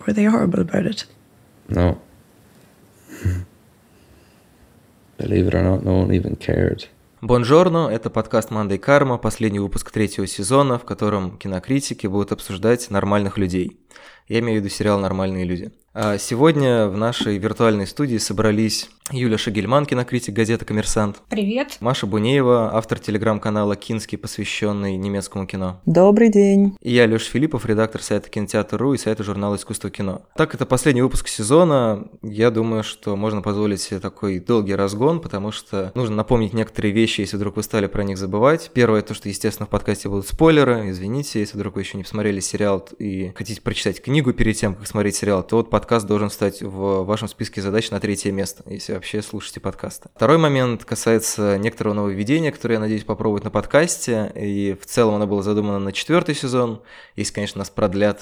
were they horrible about it? No. Believe it or not, no one even cared. Бонжорно, это подкаст «Мандай Карма», последний выпуск 3-го сезона, в котором кинокритики будут обсуждать нормальных людей. Я имею в виду сериал «Нормальные люди». А сегодня в нашей виртуальной студии собрались Юля Шагельман, кинокритик газеты «Коммерсант». Привет. Маша Бунеева, автор телеграм-канала «Кинский», посвященный немецкому кино. Добрый день. И я, Лёша Филиппов, редактор сайта «Кинотеатр.ру» и сайта журнала «Искусство кино». Так, это последний выпуск сезона. Я думаю, что можно позволить себе такой долгий разгон, потому что нужно напомнить некоторые вещи, если вдруг вы стали про них забывать. Первое, то, что, естественно, в подкасте будут спойлеры. Извините, если вдруг вы еще не посмотрели сериал и хотите прочитать книгу перед тем, как смотреть сериал, то вот подкаст должен стать в вашем списке задач на 3-е место, если вообще слушаете подкасты. Второй момент касается некоторого нововведения, которое я надеюсь попробовать на подкасте, и в целом оно было задумано на 4-й сезон, если, конечно, нас продлят.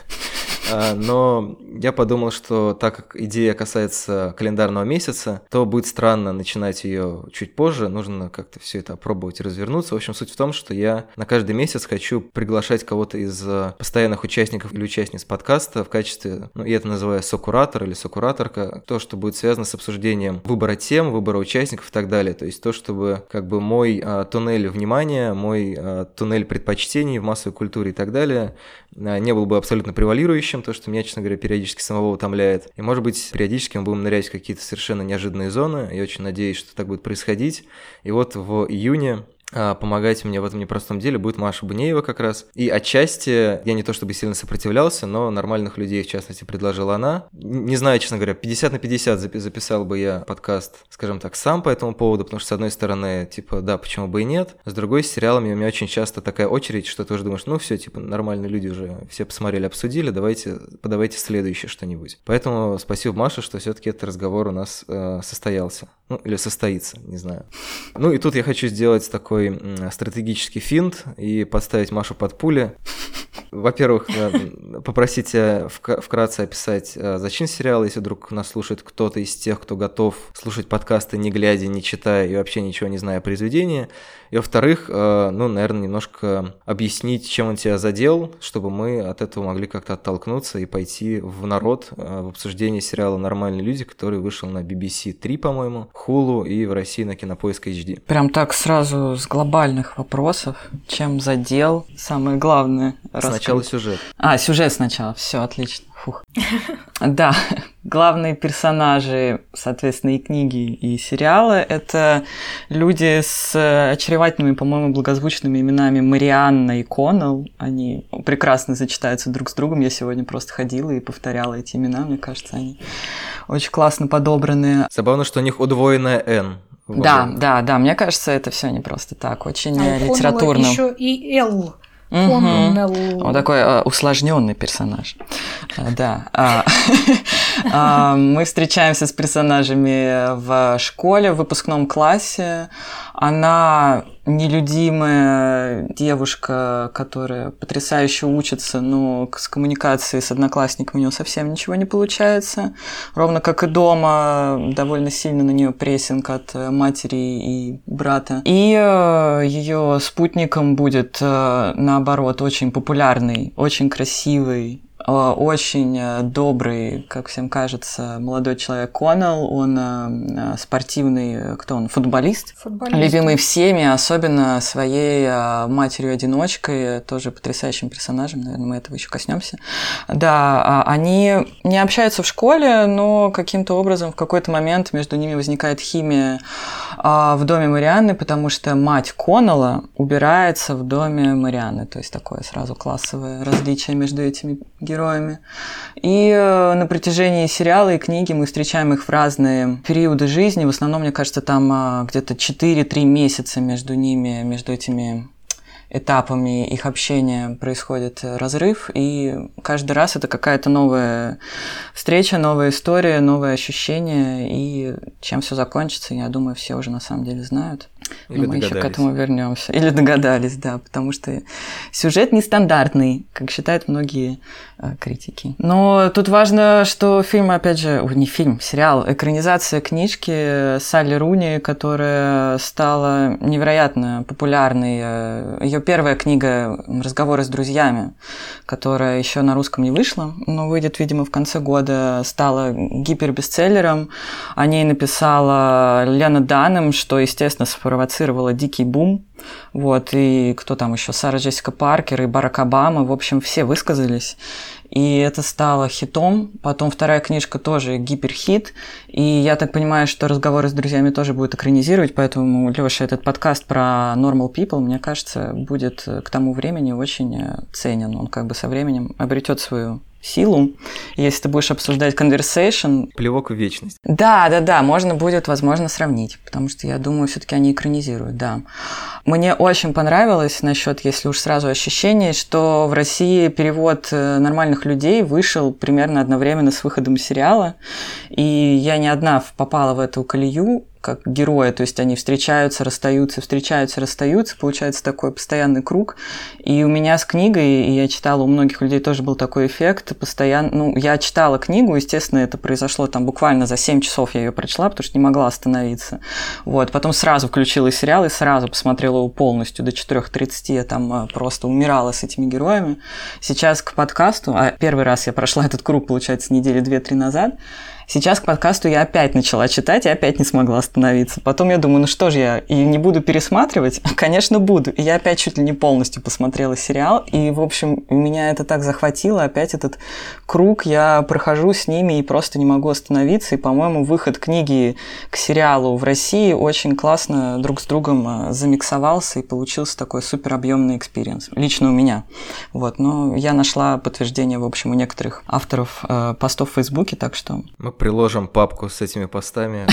Но я подумал, что так как идея касается календарного месяца, то будет странно начинать ее чуть позже, нужно как-то все это опробовать и развернуться. В общем, суть в том, что я на каждый месяц хочу приглашать кого-то из постоянных участников или участниц подкаста в качестве, я это называю сокуратор или сокураторка, то, что будет связано с обсуждением выбора тем, выбора участников и так далее. То есть то, чтобы как бы мой туннель внимания, мой туннель предпочтений в массовой культуре и так далее не был бы абсолютно превалирующим, то, что меня, честно говоря, периодически самого утомляет. И, может быть, периодически мы будем нырять в какие-то совершенно неожиданные зоны. Я очень надеюсь, что так будет происходить. И вот в июне помогать мне в этом непростом деле будет Маша Бунеева как раз. И отчасти я не то чтобы сильно сопротивлялся, но нормальных людей, в частности, предложила она. Не знаю, честно говоря, 50 на 50 записал бы я подкаст, скажем так, сам по этому поводу, потому что, с одной стороны, да, почему бы и нет. С другой, с сериалами у меня очень часто такая очередь, что ты уже думаешь, все, нормальные люди уже все посмотрели, обсудили, подавайте следующее что-нибудь. Поэтому спасибо, Маша, что все-таки этот разговор у нас состоялся. Или состоится, не знаю. И тут я хочу сделать такой стратегический финт и подставить Машу под пули. Во-первых, попросить вкратце описать зачин сериала, если вдруг нас слушает кто-то из тех, кто готов слушать подкасты, не глядя, не читая и вообще ничего не зная о произведении. И во-вторых, наверное, немножко объяснить, чем он тебя задел, чтобы мы от этого могли как-то оттолкнуться и пойти в народ в обсуждение сериала «Нормальные люди», который вышел на BBC 3, по-моему, Hulu и в России на Кинопоиск HD. Прям так сразу с глобальных вопросов. Чем задел? Самое главное. Сначала сюжет. Сюжет сначала. Все, отлично. Фух. Да, главные персонажи, соответственно, и книги, и сериалы — это люди с очаровательными, по-моему, благозвучными именами Марианна и Коннелл. Они прекрасно сочетаются друг с другом. Я сегодня просто ходила и повторяла эти имена. Мне кажется, они очень классно подобраны. Забавно, что у них удвоенное «Н». Да, мне кажется, это все не просто так, очень литературно. Еще и «Л». Он такой усложненный персонаж. Да. Мы встречаемся с персонажами в школе, в выпускном классе. Она нелюдимая девушка, которая потрясающе учится, но с коммуникацией с одноклассниками у нее совсем ничего не получается. Ровно как и дома, довольно сильно на нее прессинг от матери и брата. И ее спутником будет, наоборот, очень популярный, очень красивый, очень добрый, как всем кажется, молодой человек Коннелл. Он спортивный, футболист, любимый всеми, особенно своей матерью-одиночкой, тоже потрясающим персонажем, наверное, мы этого еще коснемся. Да, они не общаются в школе, но каким-то образом в какой-то момент между ними возникает химия в доме Марианны, потому что мать Коннелла убирается в доме Марианны, то есть такое сразу классовое различие между этими героями. И на протяжении сериала и книги мы встречаем их в разные периоды жизни. В основном, мне кажется, там где-то 4-3 месяца между ними, между этими этапами их общения происходит разрыв, и каждый раз это какая-то новая встреча, новая история, новое ощущение, и чем все закончится, я думаю, все уже на самом деле знают. Или мы еще к этому вернемся. Или догадались, да, потому что сюжет нестандартный, как считают многие критики. Но тут важно, что фильм, опять же, не фильм, сериал, экранизация книжки Салли Руни, которая стала невероятно популярной. Ее первая книга «Разговоры с друзьями», которая еще на русском не вышла, но выйдет, видимо, в конце года, стала гипербестселлером. О ней написала Лена Данем, что, естественно, спровоцировало дикий бум. Вот, и кто там еще? Сара Джессика Паркер и Барак Обама. В общем, все высказались. И это стало хитом. Потом вторая книжка тоже гиперхит. И я так понимаю, что «Разговоры с друзьями» тоже будет экранизировать. Поэтому, Лёша, этот подкаст про Normal People, мне кажется, будет к тому времени очень ценен. Он как бы со временем обретет свою силу. Если ты будешь обсуждать conversation... Плевок в вечность. Да, можно будет, возможно, сравнить, потому что я думаю, все-таки они экранизируют, да. Мне очень понравилось насчет, если уж сразу ощущений, что в России перевод «Нормальных людей» вышел примерно одновременно с выходом сериала, и я не одна попала в эту колею, как герои, то есть они встречаются, расстаются, получается такой постоянный круг. И у меня с книгой, и я читала, у многих людей тоже был такой эффект, постоянно, я читала книгу, естественно, это произошло там буквально за 7 часов я ее прочла, потому что не могла остановиться. Вот, потом сразу включила сериал и сразу посмотрела его полностью, до 4:30 я там просто умирала с этими героями. Сейчас к подкасту, первый раз я прошла этот круг, получается, недели 2-3 назад. Сейчас к подкасту я опять начала читать и опять не смогла остановиться. Потом я думаю, ну что же я, и не буду пересматривать? Конечно, буду. И я опять чуть ли не полностью посмотрела сериал. И, в общем, меня это так захватило. Опять этот круг, я прохожу с ними и просто не могу остановиться. И, по-моему, выход книги к сериалу в России очень классно друг с другом замиксовался. И получился такой суперобъемный экспириенс. Лично у меня. Вот. Но я нашла подтверждение, в общем, у некоторых авторов постов в Фейсбуке, так что... Мы приложим папку с этими постами.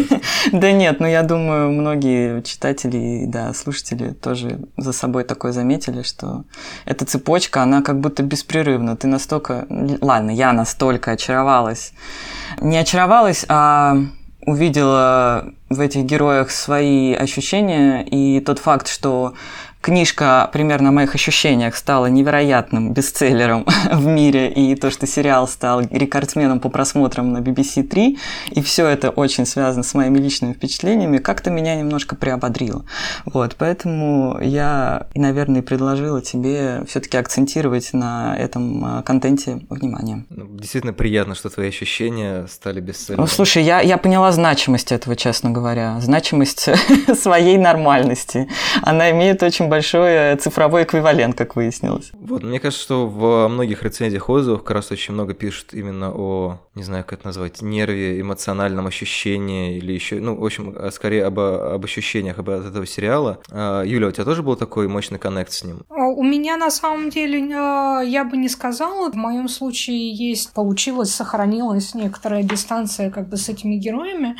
Да нет, я думаю, многие читатели, да, слушатели тоже за собой такое заметили, что эта цепочка, она как будто беспрерывна. Ты настолько... Ладно, я настолько очаровалась. Не очаровалась, а увидела в этих героях свои ощущения, и тот факт, что книжка примерно о моих ощущениях стала невероятным бестселлером в мире, и то, что сериал стал рекордсменом по просмотрам на BBC 3, и все это очень связано с моими личными впечатлениями, как-то меня немножко приободрило. Вот, поэтому я, наверное, предложила тебе все-таки акцентировать на этом контенте внимание. Действительно приятно, что твои ощущения стали бестселлером. Слушай, я поняла значимость этого, честно говоря, значимость своей нормальности. Она имеет очень большой цифровой эквивалент, как выяснилось. Вот, мне кажется, что во многих рецензиях, отзывах как раз очень много пишут именно о, не знаю, как это назвать, нерве, эмоциональном ощущении или еще, в общем, скорее об ощущениях от этого сериала. Юля, у тебя тоже был такой мощный коннект с ним? У меня, на самом деле, я бы не сказала. В моем случае сохранилась некоторая дистанция как бы с этими героями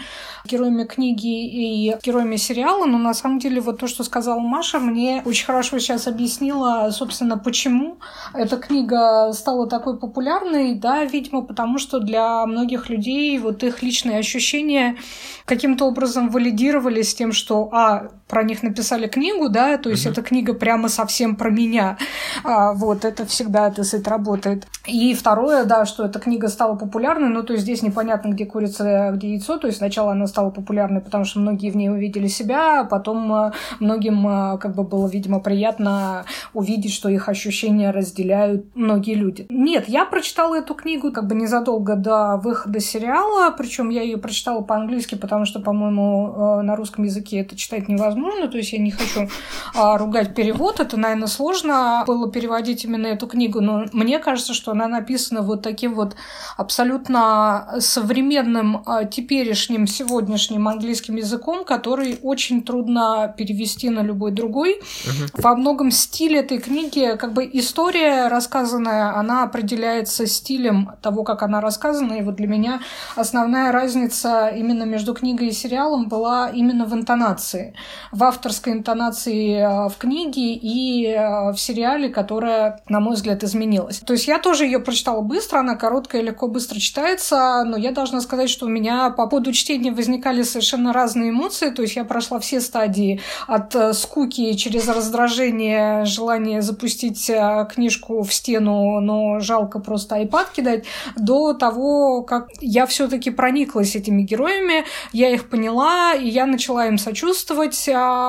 книги и героями сериала, но на самом деле вот то, что сказала Маша, мне очень хорошо сейчас объяснила, собственно, почему эта книга стала такой популярной, да, видимо, потому что для многих людей вот их личные ощущения каким-то образом валидировались с тем, что, про них написали книгу, да, то есть эта книга прямо совсем про меня, вот, это всегда, так сказать, работает. И второе, да, что эта книга стала популярной, то есть здесь непонятно, где курица, где яйцо, то есть сначала она стала популярной, потому что многие в ней увидели себя, а потом многим как бы было, видимо, приятно увидеть, что их ощущения разделяют многие люди. Нет, я прочитала эту книгу как бы незадолго до выхода сериала, причем я ее прочитала по-английски, потому что, по-моему, на русском языке это читать невозможно, то есть я не хочу ругать перевод, это, наверное, сложно было переводить именно эту книгу, но мне кажется, что она написана вот таким вот абсолютно современным, теперешним, сегодняшним английским языком, который очень трудно перевести на любой другой. Во многом стиль этой книги, как бы история рассказанная, она определяется стилем того, как она рассказана, и вот для меня основная разница именно между книгой и сериалом была именно в интонации, в авторской интонации в книге и в сериале, которая, на мой взгляд, изменилась. То есть я тоже ее прочитала быстро, она короткая, легко, быстро читается, но я должна сказать, что у меня по ходу чтения возникали совершенно разные эмоции. То есть я прошла все стадии от скуки через раздражение, желание запустить книжку в стену, но жалко просто iPad кидать, до того, как я все-таки прониклась этими героями, я их поняла, и я начала им сочувствовать.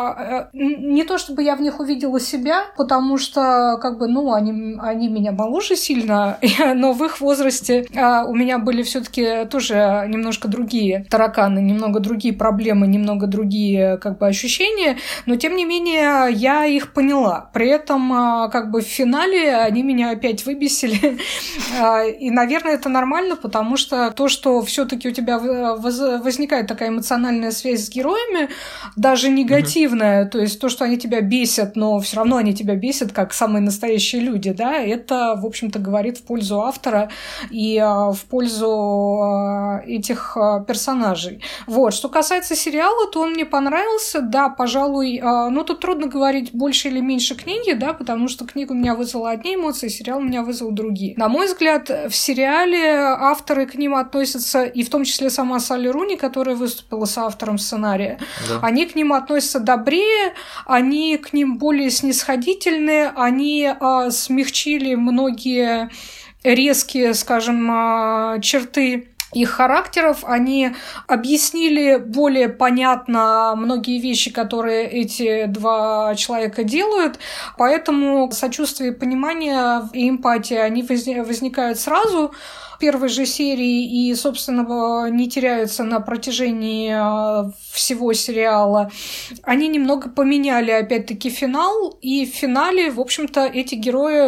Не то чтобы я в них увидела себя, потому что они меня моложе сильно, но в их возрасте у меня были все-таки тоже немножко другие тараканы, немного другие проблемы, немного другие ощущения, но тем не менее я их поняла. При этом в финале они меня опять выбесили. И, наверное, это нормально, потому что то, что все-таки у тебя возникает такая эмоциональная связь с героями, даже негативная, то есть то, что они тебя бесят, но все равно они тебя бесят, как самые настоящие люди, да, это, в общем-то, говорит в пользу автора и в пользу этих персонажей. Вот. Что касается сериала, то он мне понравился, да, пожалуй, тут трудно говорить больше или меньше книги, да, потому что книга у меня вызвала одни эмоции, сериал у меня вызвал другие. На мой взгляд, в сериале авторы к ним относятся, и в том числе сама Салли Руни, которая выступила с автором сценария, да. Они к ним относятся добрее, они к ним более снисходительные, они смягчили многие резкие, скажем, черты их характеров, они объяснили более понятно многие вещи, которые эти два человека делают, поэтому сочувствие, понимание и эмпатия, они возникают сразу в первой же серии и, собственно, не теряются на протяжении всего сериала. Они немного поменяли, опять-таки, финал, и в финале, в общем-то, эти герои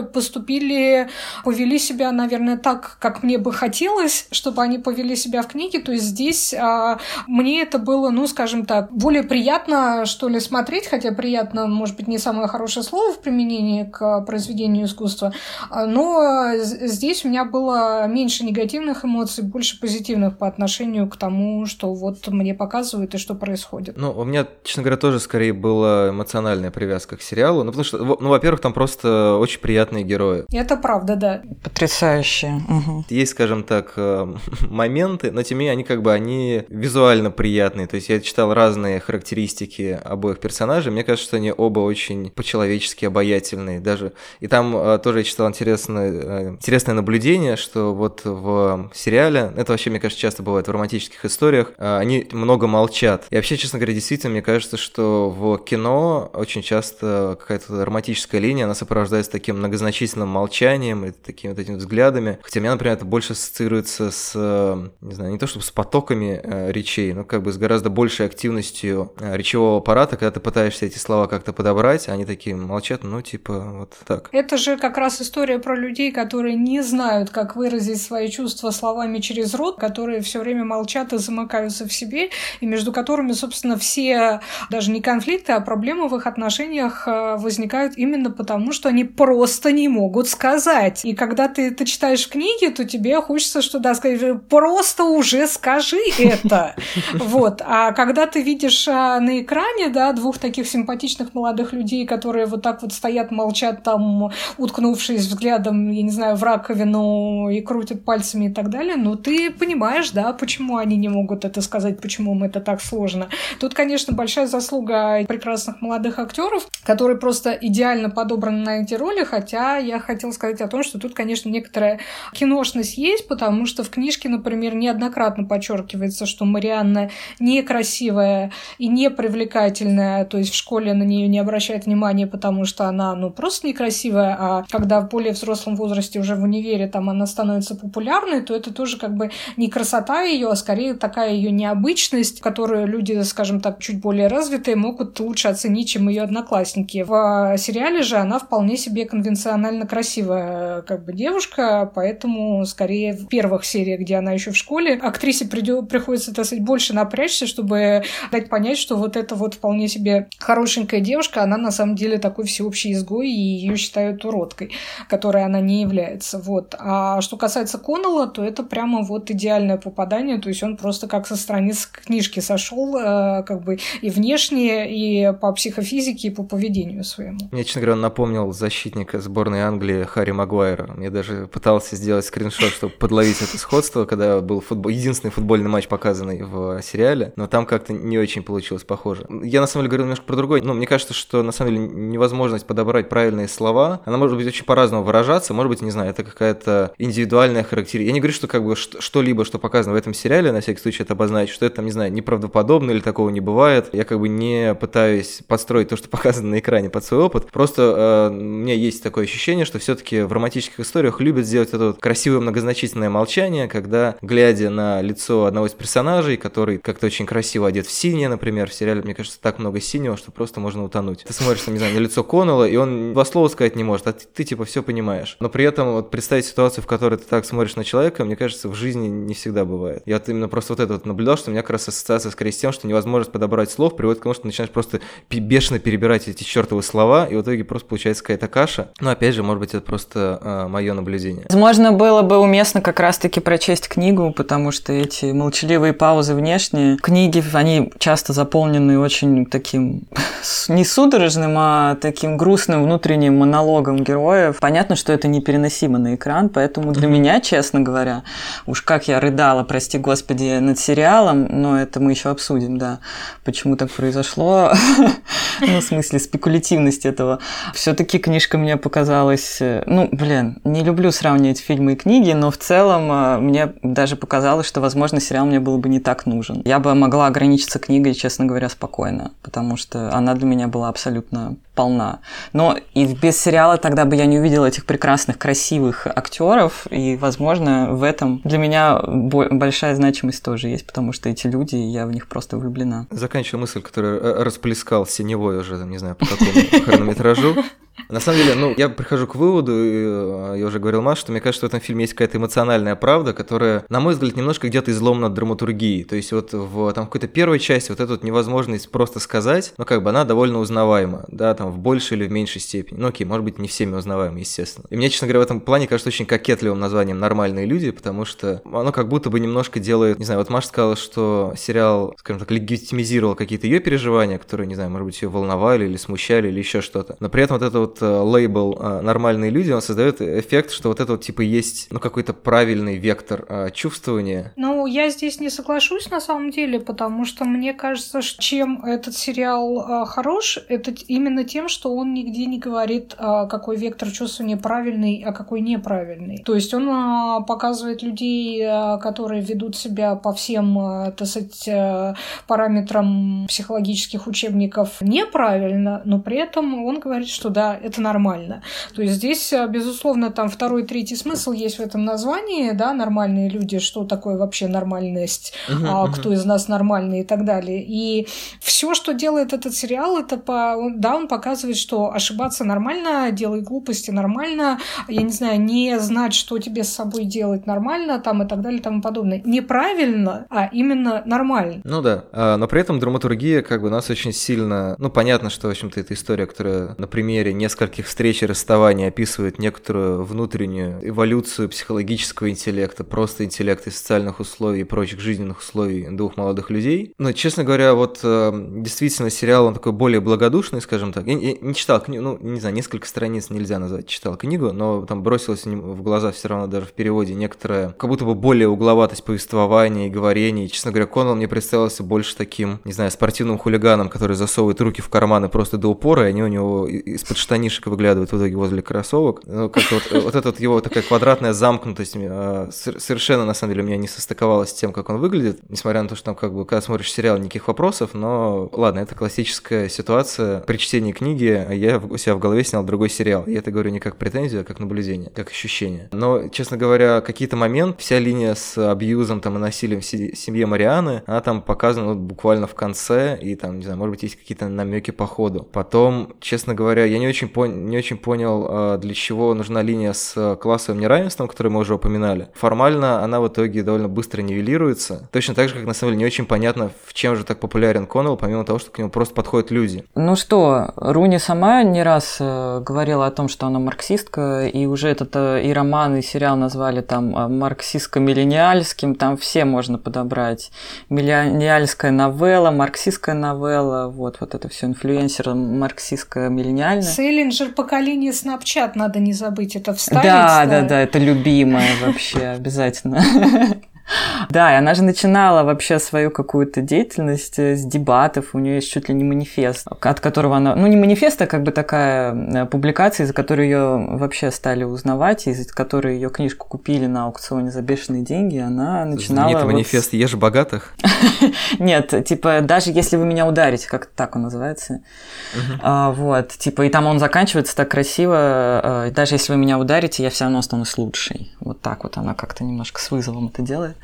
повели себя, наверное, так, как мне бы хотелось, чтобы они повели себя в книге, то есть здесь мне это было, скажем так, более приятно, что ли, смотреть, хотя приятно, может быть, не самое хорошее слово в применении к произведению искусства, но здесь у меня было меньше негативных эмоций, больше позитивных по отношению к тому, что вот мне показывают и что происходит. У меня, честно говоря, тоже скорее была эмоциональная привязка к сериалу, потому что, во-первых, там просто очень приятные герои. Это правда, да. Потрясающие. Угу. Есть, скажем так, моменты, но тем не менее они визуально приятные, то есть я читал разные характеристики обоих персонажей, мне кажется, что они оба очень по-человечески обаятельные даже, и там тоже я читал интересное наблюдение, что вот в сериале, это вообще, мне кажется, часто бывает в романтических историях, они много молчат. И вообще, честно говоря, действительно, мне кажется, что в кино очень часто какая-то романтическая линия, она сопровождается таким многозначительным молчанием и такими вот этими взглядами. Хотя мне, например, это больше ассоциируется с, не знаю, не то чтобы с потоками речей, но с гораздо большей активностью речевого аппарата, когда ты пытаешься эти слова как-то подобрать, они такие молчат, вот так. Это же как раз история про людей, которые не знают, как выразить свои чувства словами через рот, которые все время молчат и замыкаются в себе, и между которыми, собственно, все даже не конфликты, а проблемы в их отношениях возникают именно потому, что они просто не могут сказать. И когда ты это читаешь в книге, то тебе хочется сказать, просто уже скажи это. Вот. А когда ты видишь на экране, двух таких симпатичных молодых людей, которые вот так вот стоят, молчат там, уткнувшись взглядом, я не знаю, в раковину и крутят пальцами и так далее, ты понимаешь, почему они не могут это сказать, почему им это так сложно. Тут, конечно, большая заслуга прекрасных молодых актеров, которые просто идеально подобраны на эти роли, хотя я хотела сказать о том, что тут, конечно, некоторая киношность есть, потому что в книжке, например, неоднократно подчеркивается, что Марианна некрасивая и непривлекательная, то есть в школе на нее не обращают внимания, потому что она, просто некрасивая, а когда в более взрослом возрасте, уже в универе, там она становится популярной, то это тоже не красота ее, а скорее такая ее необычность, которую люди, скажем так, чуть более развитые могут лучше оценить, чем ее одноклассники. В сериале же она вполне себе конвенционально красивая девушка, поэтому скорее в первых сериях, где она еще в школе, актрисе приходится, так сказать, больше напрячься, чтобы дать понять, что вот эта вот вполне себе хорошенькая девушка, она на самом деле такой всеобщий изгой, и ее считают уродкой, которой она не является. Вот. А что касается Коннелла, то это прямо вот идеальное попадание, то есть он просто как со страниц книжки сошел, как бы и внешне, и по психофизике, и по поведению своему. Мне, честно говоря, он напомнил защитника сборной Англии Харри Магуайра. Мне даже пытался сделать скриншот, чтобы подловить это сходство, когда был единственный футбольный матч, показанный в сериале, но там как-то не очень получилось похоже. Я, на самом деле, говорю немножко про другое. Мне кажется, что, на самом деле, невозможность подобрать правильные слова, она может быть очень по-разному выражаться, может быть, не знаю, это какая-то индивидуальная характеристика. Я не говорю, что как бы что-либо, что показано в этом сериале, на всякий случай это обозначит, что это, там, не знаю, неправдоподобно или такого не бывает. Я как бы не пытаюсь подстроить то, что показано на экране, под свой опыт. Просто у меня есть такое ощущение, что все-таки в романтических историях любят сделать это вот красивое многозначительное молчание, когда, глядя на лицо одного из персонажей, который как-то очень красиво одет в синее, например, в сериале, мне кажется, так много синего, что просто можно утонуть. Ты смотришь, не знаю, на лицо Коннелла, и он два слова сказать не может, а ты типа все понимаешь. Но при этом вот представить ситуацию, в которой ты так смотришь на человека, мне кажется, в жизни не всегда бывает. Я вот именно просто вот это вот наблюдал, что у меня как раз ассоциация скорее с тем, что невозможность подобрать слов приводит к тому, что ты начинаешь просто бешено перебирать эти чертовы слова, и в итоге просто получается какая-то каша. Но опять же, может быть, это просто мое наблюдение. Возможно, было бы уместно как раз-таки прочесть книгу, потому что эти молчаливые паузы внешние, книги, они часто заполнены очень таким, не судорожным, а таким грустным внутренним монологом героев. Понятно, что это непереносимо на экран, поэтому для меня, честно говоря, уж как я рыдала, прости господи, над сериалом, но это мы еще обсудим, да, почему так произошло, ну, в смысле спекулятивность этого. Все-таки книжка мне показалась, не люблю сравнивать фильмы и книги, но в целом мне даже показалось, что, возможно, сериал мне был бы не так нужен. Я бы могла ограничиться книгой, честно говоря, спокойно, потому что она для меня была абсолютно полна. Но и без сериала тогда бы я не увидела этих прекрасных, красивых актеров, и, возможно, в этом для меня большая значимость тоже есть, потому что эти люди, я в них просто влюблена. Заканчиваю мысль, которую расплескал синевой уже, не знаю, по какому хронометражу. На самом деле, я прихожу к выводу, я уже говорил, Маш, что мне кажется, что в этом фильме есть какая-то эмоциональная правда, которая, на мой взгляд, немножко где-то изломана от драматургии. То есть вот в какой-то первой части вот эта вот невозможность просто сказать, она довольно узнаваема, да, там в большей или в меньшей степени. Окей, может быть, не всеми узнаваема, естественно. И мне, честно говоря, в этом плане кажется очень кокетливым названием «Нормальные люди», потому что оно как будто бы немножко делает, не знаю, вот Маша сказала, что сериал, скажем так, легитимизировал какие-то ее переживания, которые, не знаю, может быть, ее волновали или смущали или еще что-то. Но при этом вот это лейбл «нормальные люди», он создает эффект, что вот это вот типа есть, какой-то правильный вектор чувствования. Я здесь не соглашусь на самом деле, потому что мне кажется, что чем этот сериал хорош, это именно тем, что он нигде не говорит, какой вектор чувствования правильный, а какой неправильный. То есть он показывает людей, которые ведут себя по всем, так сказать, параметрам психологических учебников неправильно, но при этом он говорит, что да, это нормально. То есть здесь, безусловно, там второй, третий смысл есть в этом названии, да, нормальные люди, что такое вообще нормальность, кто из нас нормальный и так далее. И все, что делает этот сериал, это он показывает, что ошибаться нормально, делать глупости нормально, я не знаю, не знать, что тебе с собой делать нормально, там и так далее, и тому подобное. Неправильно, а именно нормально. Да, но при этом драматургия нас очень сильно, понятно, что, в общем-то, эта история, которая на примере нескольких встреч и расставаний описывает некоторую внутреннюю эволюцию психологического интеллекта, просто интеллекта и социальных условий и прочих жизненных условий двух молодых людей. Но, честно говоря, действительно сериал, он такой более благодушный, скажем так. Я не читал книгу, не знаю, несколько страниц нельзя назвать, читал книгу, но там бросилось в глаза все равно даже в переводе некоторая, как будто бы более угловатость повествования и говорения. И, честно говоря, Коннелл мне представился больше таким, не знаю, спортивным хулиганом, который засовывает руки в карманы просто до упора, и они у него из-под штанишек выглядывают в итоге возле кроссовок. Как-то вот эта его такая квадратная замкнутость совершенно, на самом деле, у меня не состыковалась с тем, как он выглядит, несмотря на то, что там когда смотришь сериал, никаких вопросов, но ладно, это классическая ситуация. При чтении книги я у себя в голове снял другой сериал. И это говорю не как претензию, а как наблюдение, как ощущение. Но, честно говоря, какие-то моменты, вся линия с абьюзом и насилием в семье Марианы, она там показана буквально в конце, и там, не знаю, может быть, есть какие-то намеки по ходу. Потом, честно говоря, я не очень очень понял, для чего нужна линия с классовым неравенством, которую мы уже упоминали. Формально она в итоге довольно быстро нивелируется. Точно так же, как на самом деле не очень понятно, в чем же так популярен Коннелл, помимо того, что к нему просто подходят люди. Ну что, Руни сама не раз говорила о том, что она марксистка, и уже этот и роман, и сериал назвали там марксистско-миллениальским, там все можно подобрать. Миллениальская новелла, марксистская новелла, вот это все инфлюенсер марксистско-миллениальная. Селлинджер поколение Snapchat, надо не забыть это вставить. Да, это любимое вообще обязательно. Да, и она же начинала вообще свою какую-то деятельность с дебатов, у нее есть чуть ли не манифест, от которого она, ну не манифест, а как бы такая публикация, из-за которой ее вообще стали узнавать, из-за которой ее книжку купили на аукционе за бешеные деньги, она начинала... Знаменитый манифест «Ешь богатых»? Нет, типа, даже если вы меня ударите, как так он называется, вот, типа, и там он заканчивается так красиво, даже если вы меня ударите, я все равно останусь лучшей, вот так вот она как-то немножко с вызовом это делает.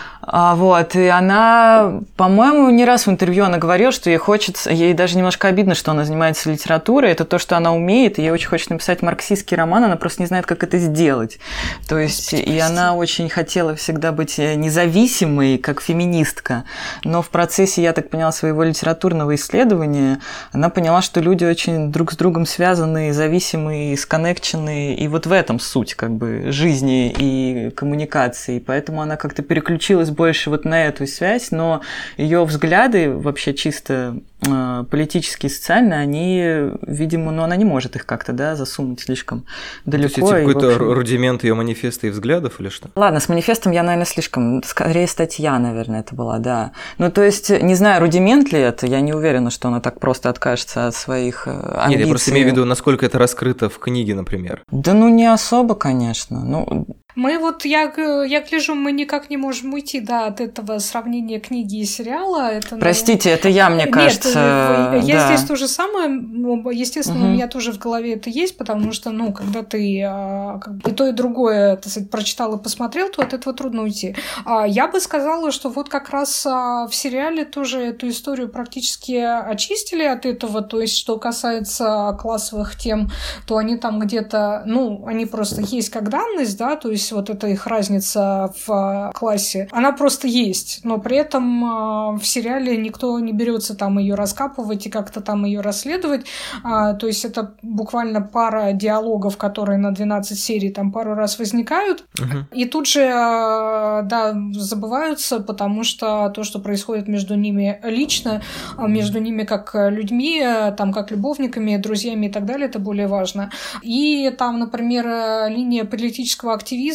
Вот, и она, по-моему, не раз в интервью она говорила, что ей хочется, ей даже немножко обидно, что она занимается литературой, это то, что она умеет, и ей очень хочется написать марксистский роман, она просто не знает, как это сделать. То есть, и она очень хотела всегда быть независимой, как феминистка, но в процессе, я так поняла, своего литературного исследования она поняла, что люди очень друг с другом связаны, зависимы, сконнекчены, и вот в этом суть как бы жизни и коммуникации, поэтому она как-то переключилась больше вот на эту связь, но ее взгляды вообще чисто политические, социальные, они, видимо, она не может их как-то, да, засунуть слишком далеко. То есть какой-то рудимент ее манифеста и взглядов или что? Ладно, с манифестом я, наверное, слишком, скорее статья, наверное, это была, да. Ну, то есть, не знаю, рудимент ли это, я не уверена, что она так просто откажется от своих амбиций. Нет, я просто имею в виду, насколько это раскрыто в книге, например. Да ну, не особо, конечно, Мы вот, я гляжу, мы никак не можем уйти, да, от этого сравнения книги и сериала. Это, простите, это я, мне кажется. Нет, я здесь то же самое, естественно, у меня тоже в голове это есть, потому что, когда ты и то, и другое, так сказать, прочитал и посмотрел, то от этого трудно уйти. Я бы сказала, что вот как раз в сериале тоже эту историю практически очистили от этого, то есть, что касается классовых тем, то они там где-то, они просто есть как данность, да, то есть вот эта их разница в классе, она просто есть, но при этом в сериале никто не берется там ее раскапывать и как-то там ее расследовать, то есть это буквально пара диалогов, которые на 12 серий там пару раз возникают, и тут же, да, забываются, потому что то, что происходит между ними лично, между ними как людьми, там как любовниками, друзьями и так далее, это более важно. И там, например, линия политического активизма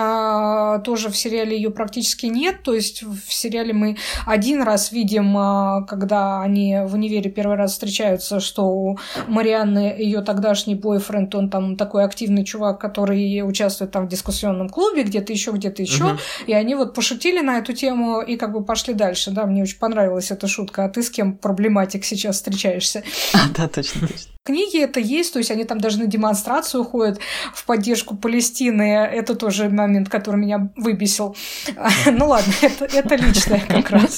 тоже в сериале ее практически нет, то есть в сериале мы один раз видим, когда они в универе первый раз встречаются, что у Марианны ее тогдашний бойфренд, он там такой активный чувак, который участвует там в дискуссионном клубе, где-то еще, и они вот пошутили на эту тему и как бы пошли дальше, да, мне очень понравилась эта шутка, а ты с кем, проблематик, сейчас встречаешься? Да, точно. В книге это есть, то есть они там даже на демонстрацию ходят в поддержку Палестины. Это тоже момент, который меня выбесил. Ну ладно, это личное как раз.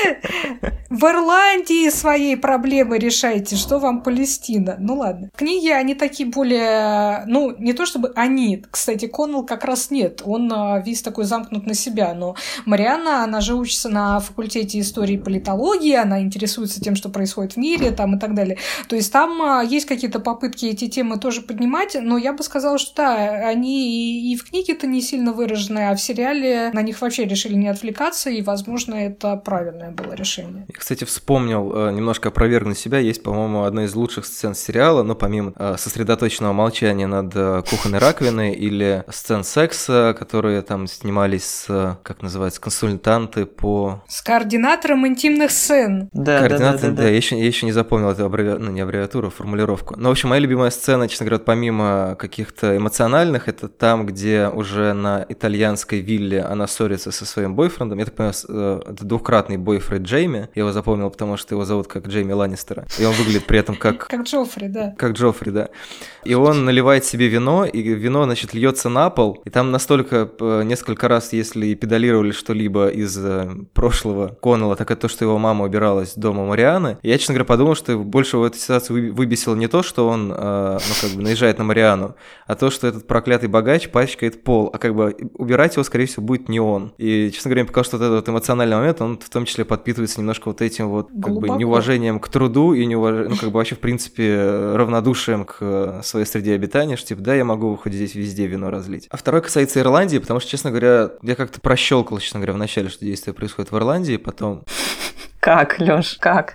В Ирландии своей проблемы решайте, что вам Палестина. Ну ладно. В книге они такие более... не то чтобы они. Кстати, Коннелл как раз нет. Он весь такой замкнут на себя. Но Марианна, она же учится на факультете истории и политологии, она интересуется тем, что происходит в мире там, и так далее. То есть там есть какие-то попытки эти темы тоже поднимать, но я бы сказала, что да, они и в книге-то не сильно выражены, а в сериале на них вообще решили не отвлекаться, и, возможно, это правильное было решение. Я, кстати, вспомнил, немножко опровергну себя, есть, по-моему, одна из лучших сцен сериала, помимо сосредоточенного молчания над кухонной раковиной или сцен секса, которые там снимались как называется, консультанты по... С координатором интимных сцен. Да. Я еще не запомнил эту аббревиатуру, формулировку. Но, в общем, моя любимая сцена, честно говоря, помимо каких-то эмоциональных, это там, где уже на итальянской вилле она ссорится со своим бойфрендом. Я так понимаю, это двукратный бойфренд Джейми. Я его запомнил, потому что его зовут как Джейми Ланнистера. И он выглядит при этом как... Как Джоффри, да. Как Джоффри, да. И он наливает себе вино, и вино, значит, льется на пол. И там настолько несколько раз, если и педалировали что-либо из прошлого Коннелла, так это то, что его мама убиралась дома Марианны. Я, честно говоря, подумал, что больше в этой ситуации выбесил бесило не то, что он, наезжает на Мариану, а то, что этот проклятый богач пачкает пол, а убирать его, скорее всего, будет не он. И, честно говоря, мне показалось, что этот эмоциональный момент, он в том числе подпитывается немножко вот этим неуважением к труду и вообще, в принципе, равнодушием к своей среде обитания, что, да, я могу хоть здесь везде вино разлить. А второй касается Ирландии, потому что, честно говоря, я как-то прощелкал, честно говоря, вначале, что действие происходит в Ирландии, потом... Как, Лёш, как?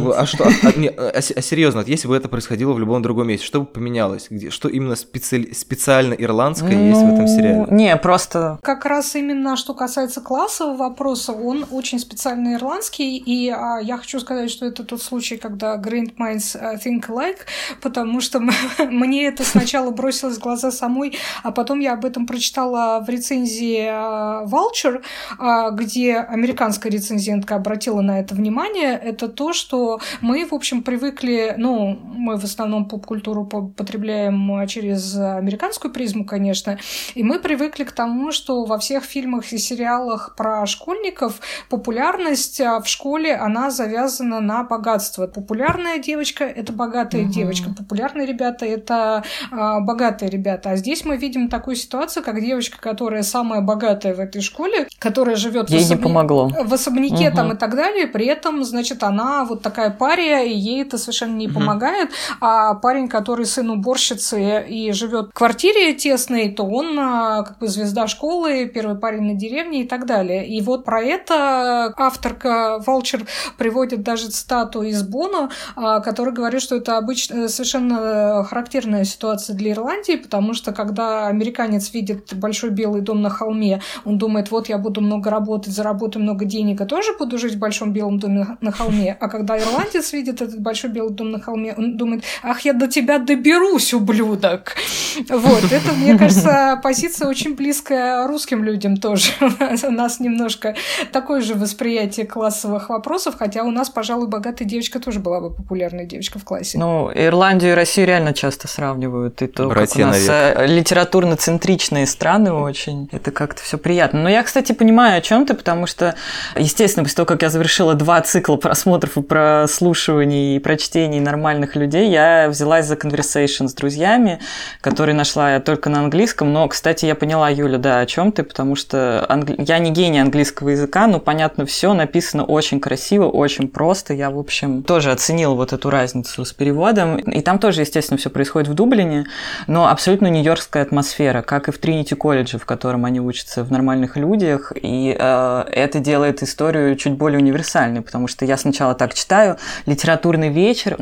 Извините. Серьезно, если бы это происходило в любом другом месте, что бы поменялось? Что именно специально ирландское есть в этом сериале? Не, просто... Как раз именно, что касается классового вопроса, он очень специально ирландский, и я хочу сказать, что это тот случай, когда Great Minds Think Alike, потому что мне это сначала бросилось в глаза самой, а потом я об этом прочитала в рецензии Vulture, где американская рецензентка обратила на это внимание, это то, что мы, в общем, привыкли, мы в основном поп-культуру потребляем через американскую призму, конечно, и мы привыкли к тому, что во всех фильмах и сериалах про школьников популярность в школе, она завязана на богатство. Популярная девочка – это богатая девочка, популярные ребята – это богатые ребята. А здесь мы видим такую ситуацию, как девочка, которая самая богатая в этой школе, которая живет в особняке там и так далее, при этом, значит, она вот такая пария, и ей это совершенно не помогает. А парень, который сын уборщицы и живет в квартире тесной, то он как бы звезда школы, первый парень на деревне и так далее. И вот про это авторка Vulture приводит даже цитату из Боно, который говорит, что это обычно совершенно характерная ситуация для Ирландии, потому что когда американец видит большой белый дом на холме, он думает, вот я буду много работать, заработаю много денег и тоже буду жить в большом белом доме на холме. А когда ирландец видит этот большой белый дом на холме, он думает, ах, я до тебя доберусь, ублюдок. Вот, это, мне кажется, позиция очень близкая русским людям тоже. У нас немножко такое же восприятие классовых вопросов, хотя у нас, пожалуй, богатая девочка тоже была бы популярной девочка в классе. Ирландию и Россию реально часто сравнивают, и то, братья как у нас литературно-центричные страны очень. Это как-то все приятно. Но я, кстати, понимаю, о чем ты, потому что, естественно, после того, как я завершила 2 цикла просмотров и прослушиваний и прочтений нормальных людей, я взялась за Conversation с друзьями, которые нашла я только на английском. Но, кстати, я поняла, Юля, да, о чем ты, потому что я не гений английского языка, но понятно все, написано очень красиво, очень просто. Я, в общем, тоже оценила вот эту разницу с переводом. И там тоже, естественно, все происходит в Дублине, но абсолютно нью-йоркская атмосфера, как и в Тринити колледже, в котором они учатся в нормальных людях. И это делает историю чуть более универсальной, потому что я сначала так читаю, литературный вечер,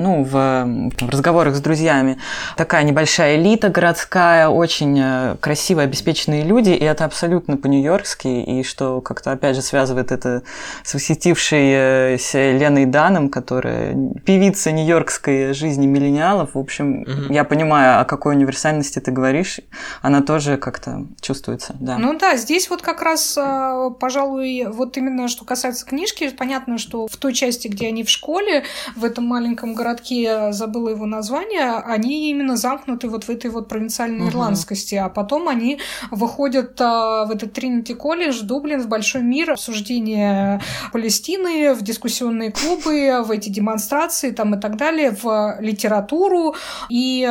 в разговорах с друзьями, такая небольшая элита городская, очень красиво обеспеченные люди, и это абсолютно по-нью-йоркски, и что как-то, опять же, связывает это с восхитившей Леной Даном, которая певица нью-йоркской жизни миллениалов. В общем, я понимаю, о какой универсальности ты говоришь, она тоже как-то чувствуется, да. Здесь вот как раз, пожалуй, вот именно что касается книжки, понятно, что в той части, где они в школе, в этом маленьком городке, забыла его название, они именно замкнуты вот в этой вот провинциальной ирландскости, а потом они выходят в этот Тринити колледж, Дублин, в большой мир, обсуждение Палестины, в дискуссионные клубы, в эти демонстрации там и так далее, в литературу, и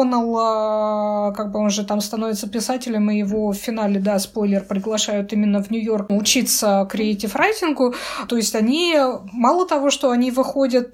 Коннелл, как бы он же там становится писателем, и его в финале, да, спойлер, приглашают именно в Нью-Йорк учиться креатив-райтингу, то есть они, мало того, что они выходят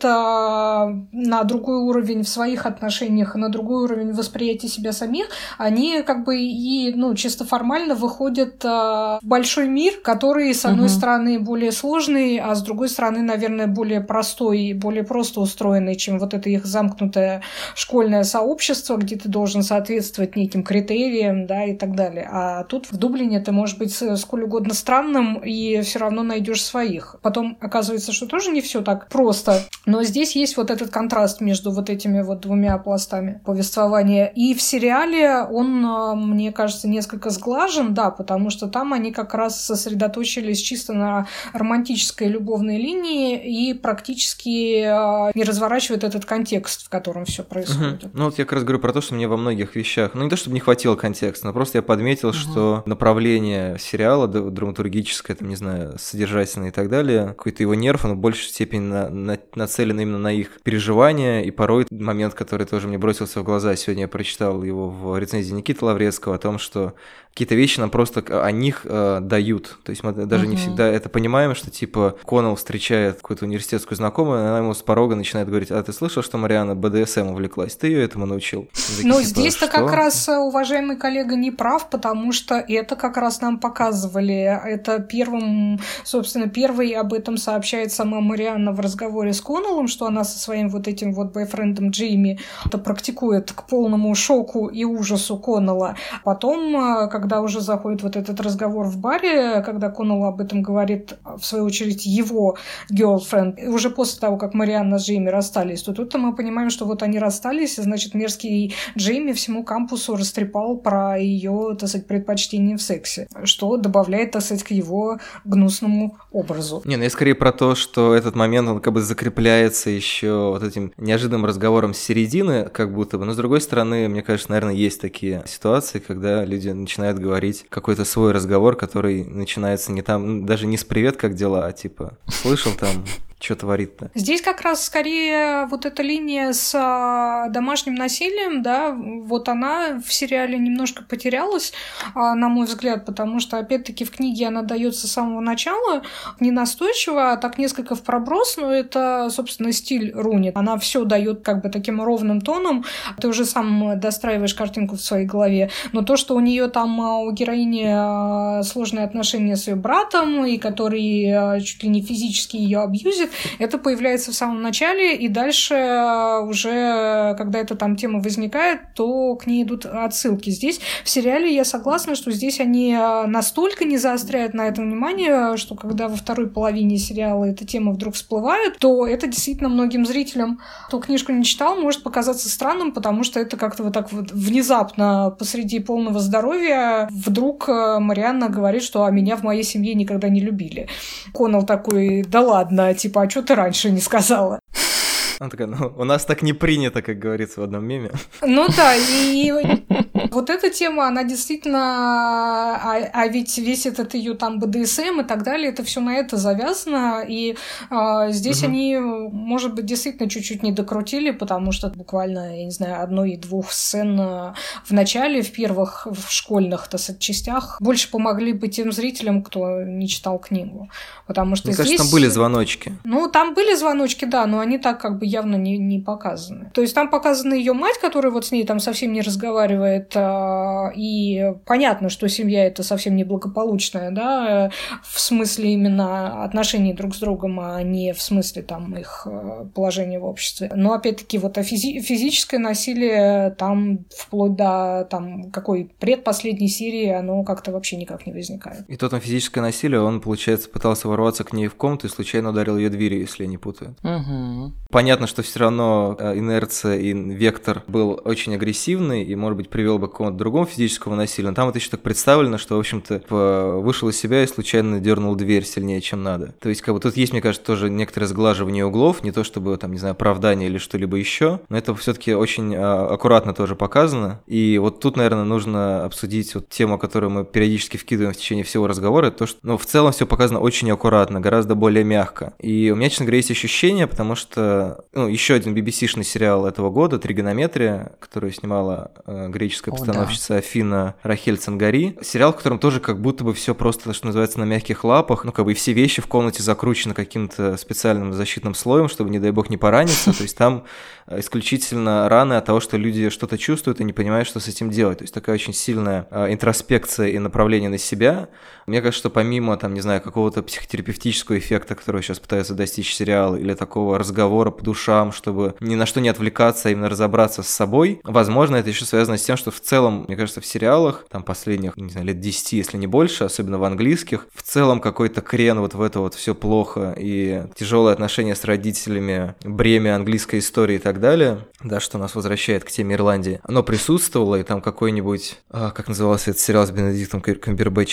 на другой уровень в своих отношениях, на другой уровень восприятия себя самих, они как бы и, чисто формально выходят в большой мир, который, с одной стороны, более сложный, а с другой стороны, наверное, более простой и более просто устроенный, чем вот это их замкнутое школьное сообщество, где ты должен соответствовать неким критериям, да, и так далее. А тут в Дублине ты можешь быть сколь угодно странным и все равно найдешь своих. Потом оказывается, что тоже не все так просто, но здесь есть вот этот контраст между вот этими вот двумя пластами повествования. И в сериале он, мне кажется, несколько сглажен, да, потому что там они как раз сосредоточились чисто на романтической любовной линии и практически не разворачивают этот контекст, в котором все происходит. Вот я как раз говорю про то, что мне во многих вещах, не то чтобы не хватило контекста, но просто я подметил, что направление сериала драматургическое, там, не знаю, содержательное и так далее, какой-то его его нерв, он в большей степени нацелен именно на их переживания, и порой момент, который тоже мне бросился в глаза, сегодня я прочитал его в рецензии Никиты Лаврецкого о том, что какие-то вещи нам просто о них дают. То есть мы даже не всегда это понимаем, что типа Коннелл встречает какую-то университетскую знакомую, она ему с порога начинает говорить: а ты слышал, что Марианна БДСМ увлеклась? Ты ее этому научил? Но типа, здесь-то как раз уважаемый коллега не прав, потому что это как раз нам показывали. Это первый об этом сообщает сама Марианна в разговоре с Коннеллом, что она со своим вот этим вот бойфрендом Джейми это практикует к полному шоку и ужасу Коннелла. Потом, когда уже заходит вот этот разговор в баре, когда Коннелл об этом говорит, в свою очередь, его girlfriend, уже после того, как Марианна с Джейми расстались, то тут-то мы понимаем, что вот они расстались, и, значит, мерзкий Джейми всему кампусу растрепал про ее, так сказать, предпочтение в сексе, что добавляет, так сказать, к его гнусному образу. Не, ну я скорее про то, что этот момент, он как бы закрепляется еще вот этим неожиданным разговором с середины, как будто бы. Но с другой стороны, мне кажется, наверное, есть такие ситуации, когда люди начинают говорить какой-то свой разговор, который начинается не там, даже не с «привет, как дела», а типа «слышал там, что творит-то?» Здесь как раз скорее вот эта линия с домашним насилием, да, вот она в сериале немножко потерялась, на мой взгляд, потому что, опять-таки, в книге она дается с самого начала, не настойчиво, а так несколько в проброс, но это, собственно, стиль Руни. Она все дает как бы таким ровным тоном, ты уже сам достраиваешь картинку в своей голове, но то, что у нее там, у героини сложные отношения с ее братом, и который чуть ли не физически ее абьюзит, это появляется в самом начале, и дальше уже, когда эта там тема возникает, то к ней идут отсылки. Здесь в сериале я согласна, что здесь они настолько не заостряют на этом внимание, что когда во второй половине сериала эта тема вдруг всплывает, то это действительно многим зрителям, кто книжку не читал, может показаться странным, потому что это как-то вот так вот внезапно посреди полного здоровья вдруг Марианна говорит, что меня в моей семье никогда не любили. Коннелл такой: да ладно, типа, а что ты раньше не сказала? Она такая: ну, у нас так не принято, как говорится в одном меме. Ну да, и вот эта тема, она действительно... А ведь весь этот ее там БДСМ и так далее, это все на это завязано, и здесь они, может быть, действительно чуть-чуть не докрутили, потому что буквально, я не знаю, одной-двух сцен в начале, в первых, в школьных, так сказать, частях больше помогли бы тем зрителям, кто не читал книгу. Потому что мне здесь... кажется, там были звоночки. Ну, там были звоночки, да, но они так как бы явно не показаны. То есть там показана ее мать, которая вот с ней там совсем не разговаривает, и понятно, что семья это совсем не благополучная, да, в смысле именно отношений друг с другом, а не в смысле там их положения в обществе. Но опять-таки вот физическое насилие там вплоть до там какой предпоследней серии оно как-то вообще никак не возникает. И то там физическое насилие, он, получается, пытался ворваться к ней в комнату и случайно ударил ее дверью, если я не путаю. Понятно, что все равно инерция и вектор был очень агрессивный и, может быть, привел бы к какому-то другому физическому насилию. Но там это еще так представлено, что, в общем-то, вышел из себя и случайно дернул дверь сильнее, чем надо. То есть, как бы тут есть, мне кажется, тоже некоторое сглаживание углов, не то чтобы, там, не знаю, оправдание или что-либо еще, но это все-таки очень аккуратно тоже показано. И вот тут, наверное, нужно обсудить вот тему, которую мы периодически вкидываем в течение всего разговора, то, что, ну, в целом все показано очень аккуратно, гораздо более мягко. И у меня, честно говоря, есть ощущение, потому что, ну, еще один BBC-шный сериал этого года «Тригонометрия», которую снимала греческая постановщица Афина Рахель Цангари. Сериал, в котором тоже как будто бы все просто, что называется, на мягких лапах. Ну, как бы и все вещи в комнате закручены каким-то специальным защитным слоем, чтобы, не дай бог, не пораниться. То есть там исключительно раны от того, что люди что-то чувствуют и не понимают, что с этим делать. То есть такая очень сильная интроспекция и направление на себя. Мне кажется, что помимо, там, не знаю, какого-то психотерапевтического эффекта, которого сейчас пытаются достичь сериал, или такого разговора по душам, чтобы ни на что не отвлекаться, а именно разобраться с собой, возможно, это еще связано с тем, что в целом, мне кажется, в сериалах, там, последних, не знаю, лет 10, если не больше, особенно в английских, в целом какой-то крен вот в это вот все плохо, и тяжелые отношения с родителями, бремя английской истории и так далее, да, что нас возвращает к теме Ирландии, оно присутствовало, и там какой-нибудь, как назывался этот сериал с Бенедиктом Камбербэтчем?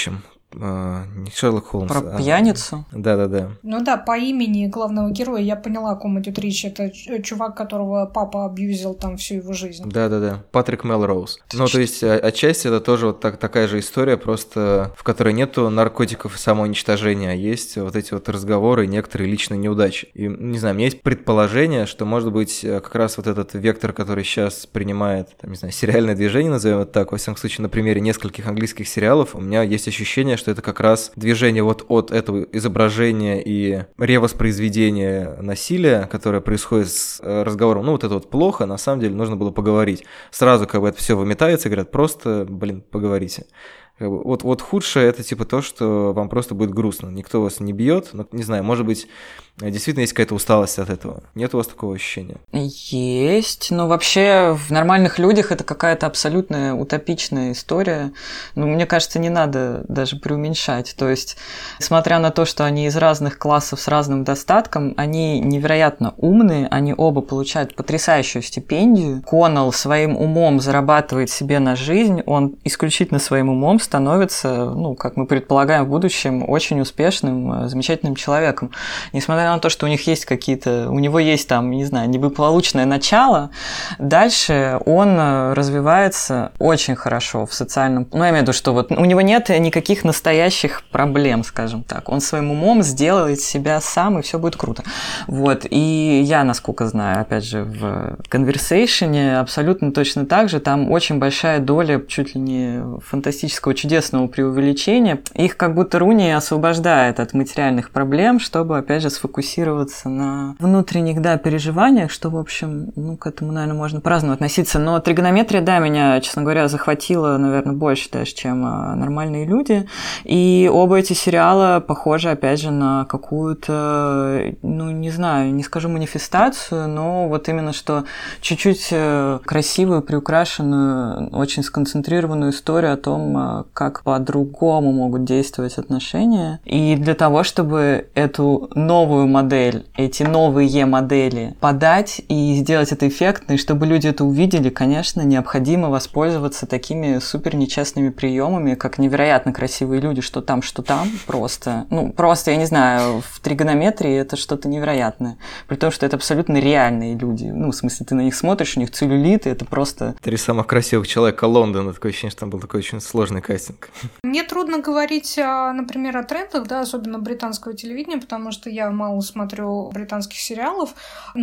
Не Шерлок Холмс. Про пьяницу? Да. Ну да, по имени главного героя я поняла, о ком идет речь. Это чувак, которого папа абьюзил там всю его жизнь. Да. Патрик Мелроуз. Ну, то есть, отчасти это тоже вот такая же история, просто в которой нету наркотиков и самоуничтожения, а есть вот эти вот разговоры и некоторые личные неудачи. И, не знаю, у меня есть предположение, что, может быть, как раз вот этот вектор, который сейчас принимает, там, не знаю, сериальное движение, назовем это так, во всяком случае, на примере нескольких английских сериалов, у меня есть ощущение, что это как раз движение вот от этого изображения и ревоспроизведения насилия, которое происходит с разговором, ну вот это вот плохо, на самом деле нужно было поговорить. Сразу как бы это все выметается, говорят, просто, поговорите. Вот худшее это типа то, что вам просто будет грустно. Никто вас не бьет, но, не знаю, может быть, действительно есть какая-то усталость от этого. Нет у вас такого ощущения? Есть, но вообще в нормальных людях это какая-то абсолютная утопичная история. Ну, мне кажется, не надо даже преуменьшать. То есть, несмотря на то, что они из разных классов с разным достатком, они невероятно умные, они оба получают потрясающую стипендию. Коннелл своим умом зарабатывает себе на жизнь, он исключительно своим умом становится, ну, как мы предполагаем в будущем, очень успешным, замечательным человеком. Несмотря на то, что у них есть у него есть там, не знаю, неблагополучное начало, дальше он развивается очень хорошо в социальном... Ну, я имею в виду, что вот у него нет никаких настоящих проблем, скажем так. Он своим умом сделает себя сам, и все будет круто. Вот. И я, насколько знаю, опять же, в Conversation абсолютно точно так же, там очень большая доля чуть ли не фантастического, чудесного преувеличения. Их как будто Руни освобождает от материальных проблем, чтобы, опять же, сфокусироваться на внутренних, да, переживаниях, что, в общем, ну, к этому, наверное, можно по-разному относиться. Но тригонометрия, да, меня, честно говоря, захватила, наверное, больше даже, чем нормальные люди. И оба эти сериала похожи, опять же, на какую-то, ну, не знаю, не скажу манифестацию, но вот именно что чуть-чуть красивую, приукрашенную, очень сконцентрированную историю о том, как по-другому могут действовать отношения. И для того, чтобы эту новую модель, эти новые модели подать и сделать это эффектно, и чтобы люди это увидели, конечно, необходимо воспользоваться такими супер нечестными приемами, как невероятно красивые люди, что там, просто. Ну, просто, я не знаю, в тригонометрии это что-то невероятное. При том, что это абсолютно реальные люди. Ну, в смысле, ты на них смотришь, у них целлюлит, и это просто... 3 самых красивых человека Лондона. Такое ощущение, что там был такой очень сложный кастинг. Мне трудно говорить, например, о трендах, да, особенно британского телевидения, потому что я мало смотрю британских сериалов,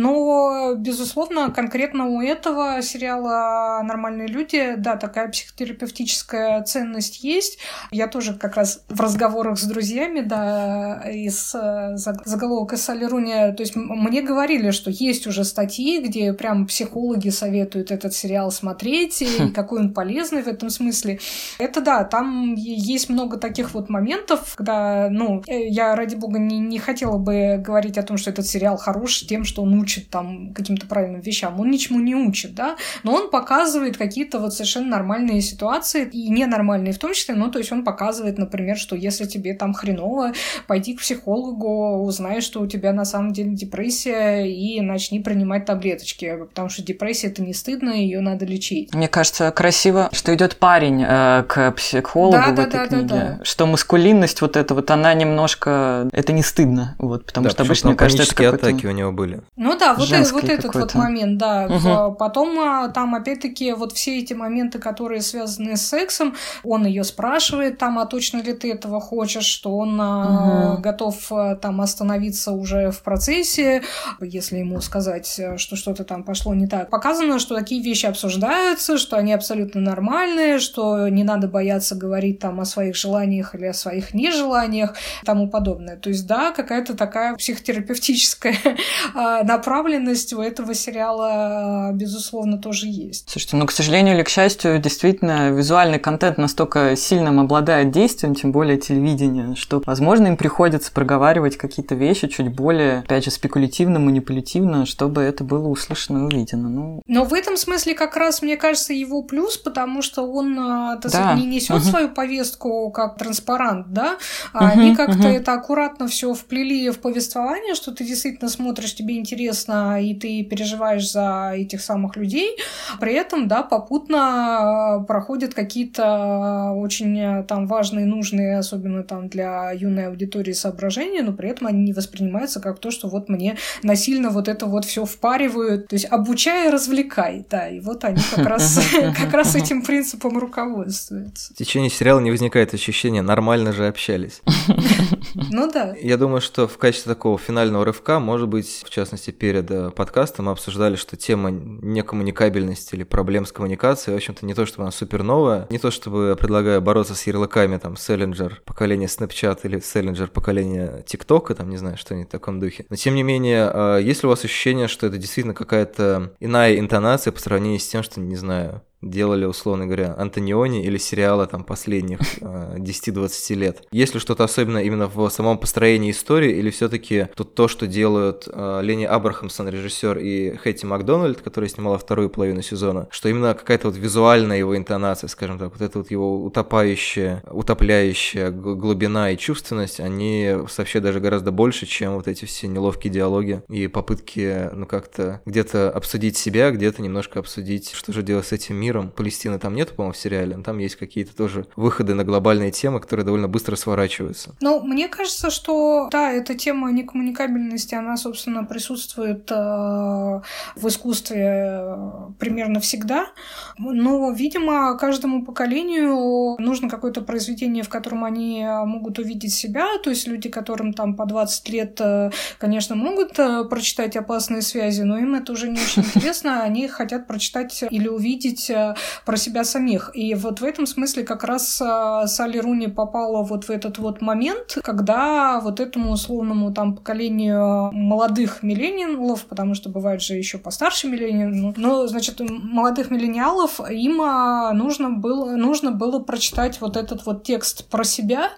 но, безусловно, конкретно у этого сериала «Нормальные люди», да, такая психотерапевтическая ценность есть. Я тоже как раз в разговорах с друзьями, да, из заголовок из Салли Руни, то есть мне говорили, что есть уже статьи, где прям психологи советуют этот сериал смотреть, и какой он полезный в этом смысле. Это да, там есть много таких вот моментов, когда, ну, я, ради бога, не хотела бы говорить о том, что этот сериал хорош тем, что он учит там каким-то правильным вещам. Он ничему не учит, да, но он показывает какие-то вот совершенно нормальные ситуации, и ненормальные в том числе, ну, то есть он показывает, например, что если тебе там хреново, пойди к психологу, узнай, что у тебя на самом деле депрессия, и начни принимать таблеточки, потому что депрессия — это не стыдно, ее надо лечить. Мне кажется, красиво, что идет парень к психологу в этой книге, да. Что маскулинность вот эта вот, она немножко, это не стыдно, вот, потому да, что обычно, мне кажется, это какой-то... атаки у него были. Ну да, вот этот вот момент, да. Угу. Потом там опять-таки вот все эти моменты, которые связаны с сексом, он ее спрашивает там, а точно ли ты этого хочешь, что он готов там остановиться уже в процессе, если ему сказать, что что-то там пошло не так. Показано, что такие вещи обсуждаются, что они абсолютно нормальные, что не надо бояться говорить там о своих желаниях или о своих нежеланиях и тому подобное. То есть, да, какая-то такая психотерапевтическая направленность у этого сериала, безусловно, тоже есть. Слушайте, ну, к сожалению или к счастью, действительно, визуальный контент настолько сильным обладает действием, тем более телевидение, что, возможно, им приходится проговаривать какие-то вещи чуть более, опять же, спекулятивно, манипулятивно, чтобы это было услышано и увидено. Ну... Но в этом смысле как раз, мне кажется, его плюс, потому что он не несет несет свою повестку как транспарант, да, а они как-то это аккуратно все вплели в повествование, что ты действительно смотришь, тебе интересно, и ты переживаешь за этих самых людей, при этом, да, попутно проходят какие-то очень там важные, нужные, особенно там для юной аудитории соображения, но при этом они не воспринимаются как то, что вот мне насильно вот это вот все впаривают, то есть обучай и развлекай, да, и вот они как раз этим принципом руководствуются. В течение сериала не возникает ощущения, нормально же общались. Ну да. Я думаю, что в качестве такого финального рывка, может быть, в частности, перед подкастом мы обсуждали, что тема некоммуникабельности или проблем с коммуникацией, в общем-то, не то, чтобы она супер новая, не то, чтобы я предлагаю бороться с ярлыками, там, Селлинджер поколения Snapchat или Селлинджер поколения TikTok, там, не знаю, что-нибудь в таком духе. Но, тем не менее, есть ли у вас ощущение, что это действительно какая-то иная интонация по сравнению с тем, что, не знаю, делали, условно говоря, Антониони или сериалы там последних 10-20 лет. Есть ли что-то особенное именно в самом построении истории, или все-таки тут то, что делают Ленни Абрахамсон, режиссер, и Хэти Макдональд, которая снимала вторую половину сезона, что именно какая-то вот визуальная его интонация, скажем так, вот эта вот его утопляющая глубина и чувственность, они вообще даже гораздо больше, чем вот эти все неловкие диалоги и попытки, ну, как-то где-то обсудить себя, где-то немножко обсудить, что же делать с этим миром. Палестины там нет, по-моему, в сериале, но там есть какие-то тоже выходы на глобальные темы, которые довольно быстро сворачиваются. Ну, мне кажется, что, да, эта тема некоммуникабельности, она, собственно, присутствует в искусстве примерно всегда, но, видимо, каждому поколению нужно какое-то произведение, в котором они могут увидеть себя, то есть люди, которым там по 20 лет, конечно, могут прочитать «Опасные связи», но им это уже не очень интересно, они хотят прочитать или увидеть про себя самих. И вот в этом смысле как раз Салли Руни попала вот в этот вот момент, когда вот этому условному там поколению молодых миллениалов, потому что бывают же еще постарше миллениалов, но, значит, молодых миллениалов им нужно было прочитать вот этот вот текст про себя,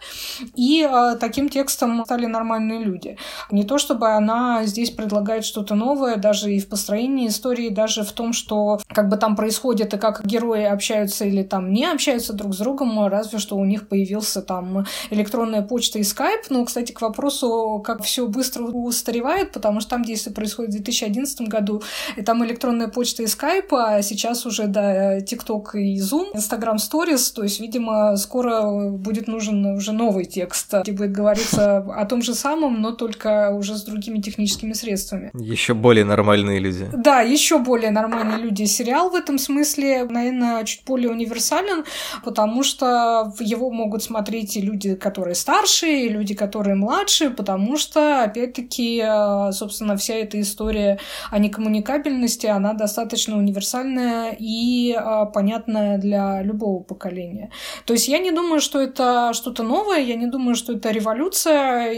и таким текстом стали нормальные люди. Не то чтобы она здесь предлагает что-то новое, даже и в построении истории, даже в том, что как бы там происходит и как герои общаются или там не общаются друг с другом, разве что у них появился там электронная почта и скайп. Но, кстати, к вопросу, как все быстро устаревает, потому что там действие происходит в 2011 году, и там электронная почта и скайп, а сейчас уже, да, ТикТок и Зум, Инстаграм Stories, то есть, видимо, скоро будет нужен уже новый текст, где будет говориться о том же самом, но только уже с другими техническими средствами. Еще более нормальные люди. Да, еще более нормальные люди. Сериал в этом смысле, наверное, чуть более универсален, потому что его могут смотреть и люди, которые старше, и люди, которые младше, потому что, опять-таки, собственно, вся эта история о некоммуникабельности, она достаточно универсальная и понятная для любого поколения. То есть я не думаю, что это что-то новое, я не думаю, что это революция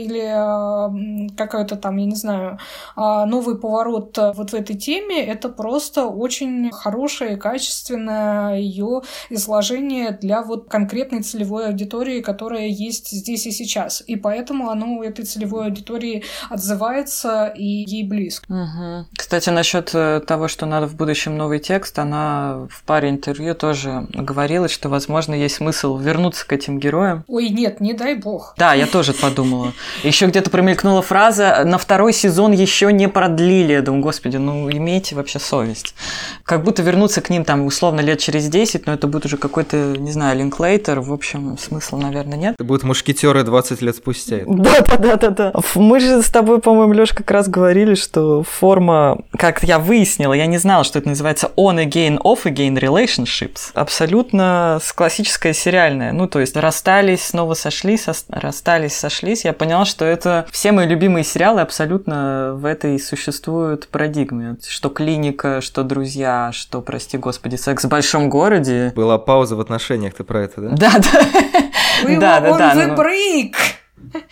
или какой-то там, я не знаю, новый поворот вот в этой теме. Это просто очень хорошее и качественное ее изложение для вот конкретной целевой аудитории, которая есть здесь и сейчас. И поэтому оно у этой целевой аудитории отзывается и ей близко. Угу. Кстати, насчет того, что надо в будущем новый текст, она в паре интервью тоже говорила, что, возможно, есть смысл вернуться к этим героям. Ой, нет, не дай бог. Да, я тоже подумала. Еще где-то промелькнула фраза: на второй сезон еще не продлили. Я думаю, господи, ну имейте вообще совесть. Как будто вернуться к ним там условно лет через 10, но это будет уже какой-то, не знаю, Линклейтер. В общем, смысла, наверное, нет. Это будут мушкетеры 20 лет спустя. Да. Мы же с тобой, по-моему, Лёш, как раз говорили, что форма, как я выяснила, я не знала, что это называется on again, off again relationships. Абсолютно классическая сериальная. Ну, то есть расстались, снова сошлись, расстались, сошлись. Я поняла, что это все мои любимые сериалы абсолютно в этой существуют парадигме. Что клиника, что друзья, что, прости господи, секс в большом городе. Была пауза в отношениях, ты про это, да? Да. We were on the break!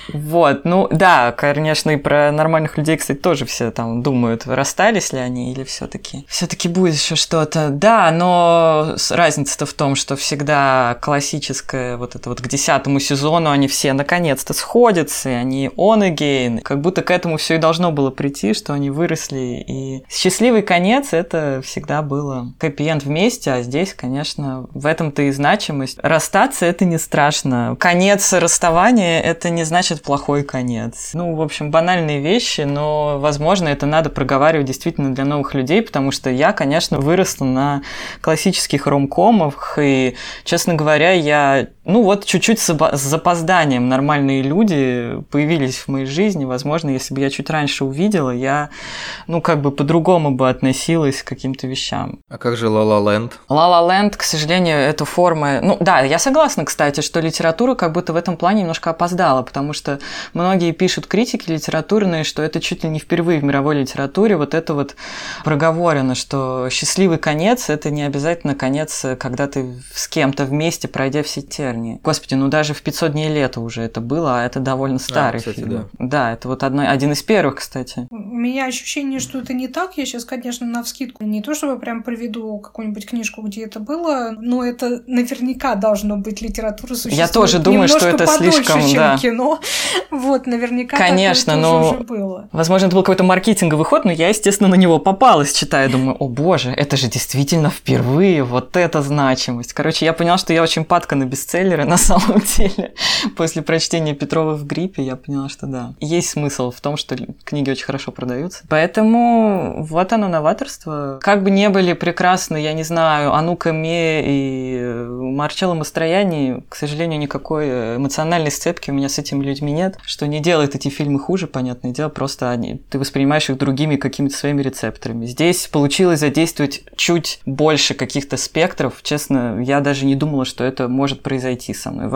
Вот, ну да, конечно, и про нормальных людей, кстати, тоже все там думают, расстались ли они или все-таки будет еще что-то. Да, но разница-то в том, что всегда классическое вот это вот к 10-му сезону они все наконец-то сходятся, и они on again. Как будто к этому все и должно было прийти, что они выросли. И счастливый конец — это всегда было хэппи-энд вместе, а здесь, конечно, в этом-то и значимость. Расстаться — это не страшно. Конец расставания — это не значит плохой конец. Ну, в общем, банальные вещи, но, возможно, это надо проговаривать действительно для новых людей, потому что я, конечно, выросла на классических ромкомах, и, честно говоря, я, чуть-чуть с запозданием нормальные люди появились в моей жизни. Возможно, если бы я чуть раньше увидела, я, по-другому бы относилась к каким-то вещам. А как же «Ла Ла Ленд»? «Ла Ла Ленд», к сожалению, это форма... я согласна, кстати, что литература как будто в этом плане немножко опоздала, потому что многие пишут критики литературные, что это чуть ли не впервые в мировой литературе вот это вот проговорено, что счастливый конец — это не обязательно конец, когда ты с кем-то вместе, пройдя все тернии. Господи, даже в «500 дней лета» уже это было, а это довольно старый фильм. Да. Да, это вот один из первых, кстати. У меня ощущение, что это не так. Я сейчас, конечно, навскидку не то чтобы прям приведу какую-нибудь книжку, где это было, но это наверняка должно быть литература существует. Я тоже думаю, что это слишком, чем кино. Вот, наверняка конечно, такое тоже уже было. Возможно, это был какой-то маркетинговый ход, но я, естественно, на него попалась, читая, думаю, о боже, это же действительно впервые, вот эта значимость. Короче, я поняла, что я очень падка на бестселлеры на самом деле. После прочтения «Петрова в гриппе» я поняла, что да, есть смысл в том, что книги очень хорошо продаются. Поэтому вот оно, новаторство. Как бы не были прекрасны, я не знаю, Анука Ме и Марчелло Мастроянни, к сожалению, никакой эмоциональной сцепки у меня с этими людьми нет, что не делает эти фильмы хуже, понятное дело, просто ты воспринимаешь их другими какими-то своими рецепторами. Здесь получилось задействовать чуть больше каких-то спектров. Честно, я даже не думала, что это может произойти со мной.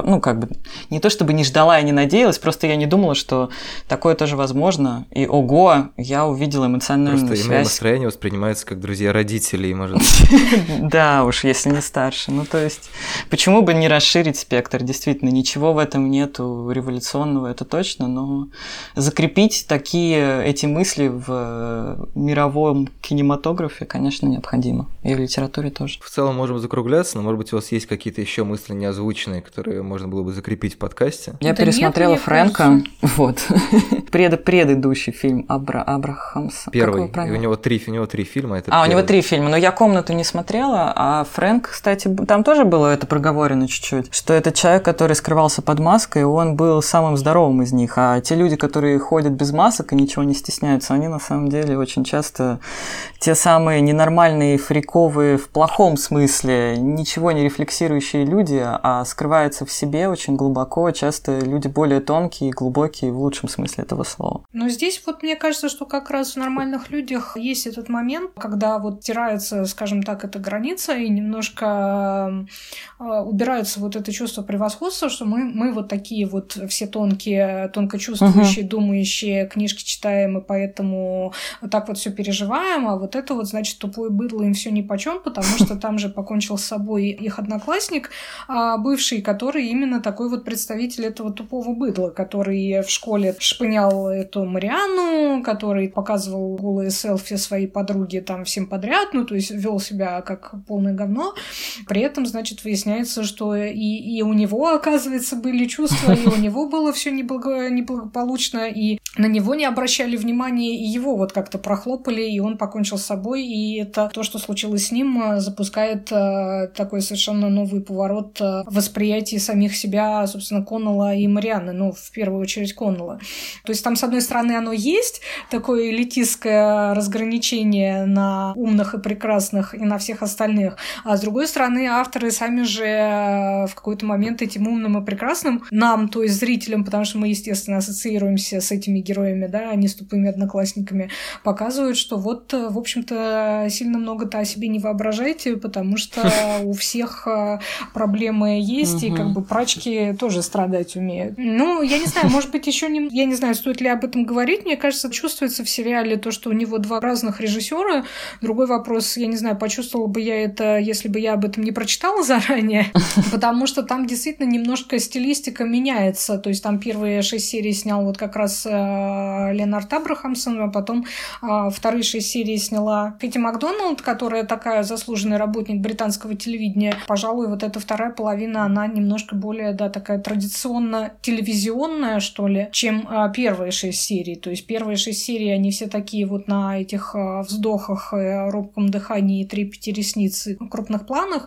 Не то чтобы не ждала и не надеялась, просто я не думала, что такое тоже возможно. И ого, я увидела эмоциональную связь. Просто имя настроение воспринимается как друзья родителей, может быть. Да уж, если не старше. То есть, почему бы не расширить спектр? Действительно, ничего в этом нету революционного, это точно, но закрепить эти мысли в мировом кинематографе, конечно, необходимо. И в литературе тоже. В целом можем закругляться, но, может быть, у вас есть какие-то еще мысли неозвученные, которые можно было бы закрепить в подкасте? Я пересмотрела Фрэнка. Вот. Предыдущий фильм Абрахамса. Первый. И у него три фильма. У него 3 фильма. Но я «Комнату» не смотрела, а Фрэнк, кстати, там тоже было это проговорено чуть-чуть, что это человек, который скрывался под маской, он был самым здоровым из них. А те люди, которые ходят без масок и ничего не стесняются, они на самом деле очень часто те самые ненормальные, фриковые, в плохом смысле, ничего не рефлексирующие люди, а скрываются в себе очень глубоко. Часто люди более тонкие и глубокие в лучшем смысле этого слова. Но здесь мне кажется, что как раз в нормальных людях есть этот момент, когда стирается, скажем так, эта граница, и немножко убирается это чувство превосходства, что мы вот такие все тонкие, тонко чувствующие, думающие, книжки читаем, и поэтому так все переживаем, а это значит, тупое быдло им все нипочем, потому что там же покончил с собой их одноклассник, бывший, который именно такой представитель этого тупого быдла, который в школе шпынял эту Марианну, который показывал голые селфи своей подруге там всем подряд, то есть вел себя как полное говно. При этом, выясняется, что и у него, оказывается, были чувства, и у него было все неблагополучно, и на него не обращали внимания, и его как-то прохлопали, и он покончил с собой, и это то, что случилось с ним, запускает такой совершенно новый поворот восприятия самих себя, собственно, Коннелла и Марианны, в первую очередь Коннелла. То есть там, с одной стороны, оно есть, такое элитистское разграничение на умных и прекрасных и на всех остальных, а с другой стороны, авторы сами же в какой-то момент этим умным и прекрасным нам, то есть зрителям, потому что мы, естественно, ассоциируемся с этими героями, да, а не с тупыми одноклассниками, показывают, что в общем-то, сильно много-то о себе не воображайте, потому что у всех проблемы есть, и прачки тоже страдать умеют. Я не знаю, может быть, еще не... Я не знаю, стоит ли об этом говорить. Мне кажется, чувствуется смотрится в сериале то, что у него два разных режиссера. Другой вопрос, я не знаю, почувствовала бы я это, если бы я об этом не прочитала заранее, потому что там действительно немножко стилистика меняется. То есть там первые 6 серий снял вот как раз Леонард Абрахамсон, а потом вторые 6 серий сняла Кэти Макдоналд, которая такая заслуженный работник британского телевидения. Пожалуй, вот эта вторая половина, она немножко более, да, такая традиционно телевизионная, что ли, чем первые 6 серий. То есть первые 6 серий, они все такие вот на этих вздохах, робком дыхании и трепете ресниц и крупных планах.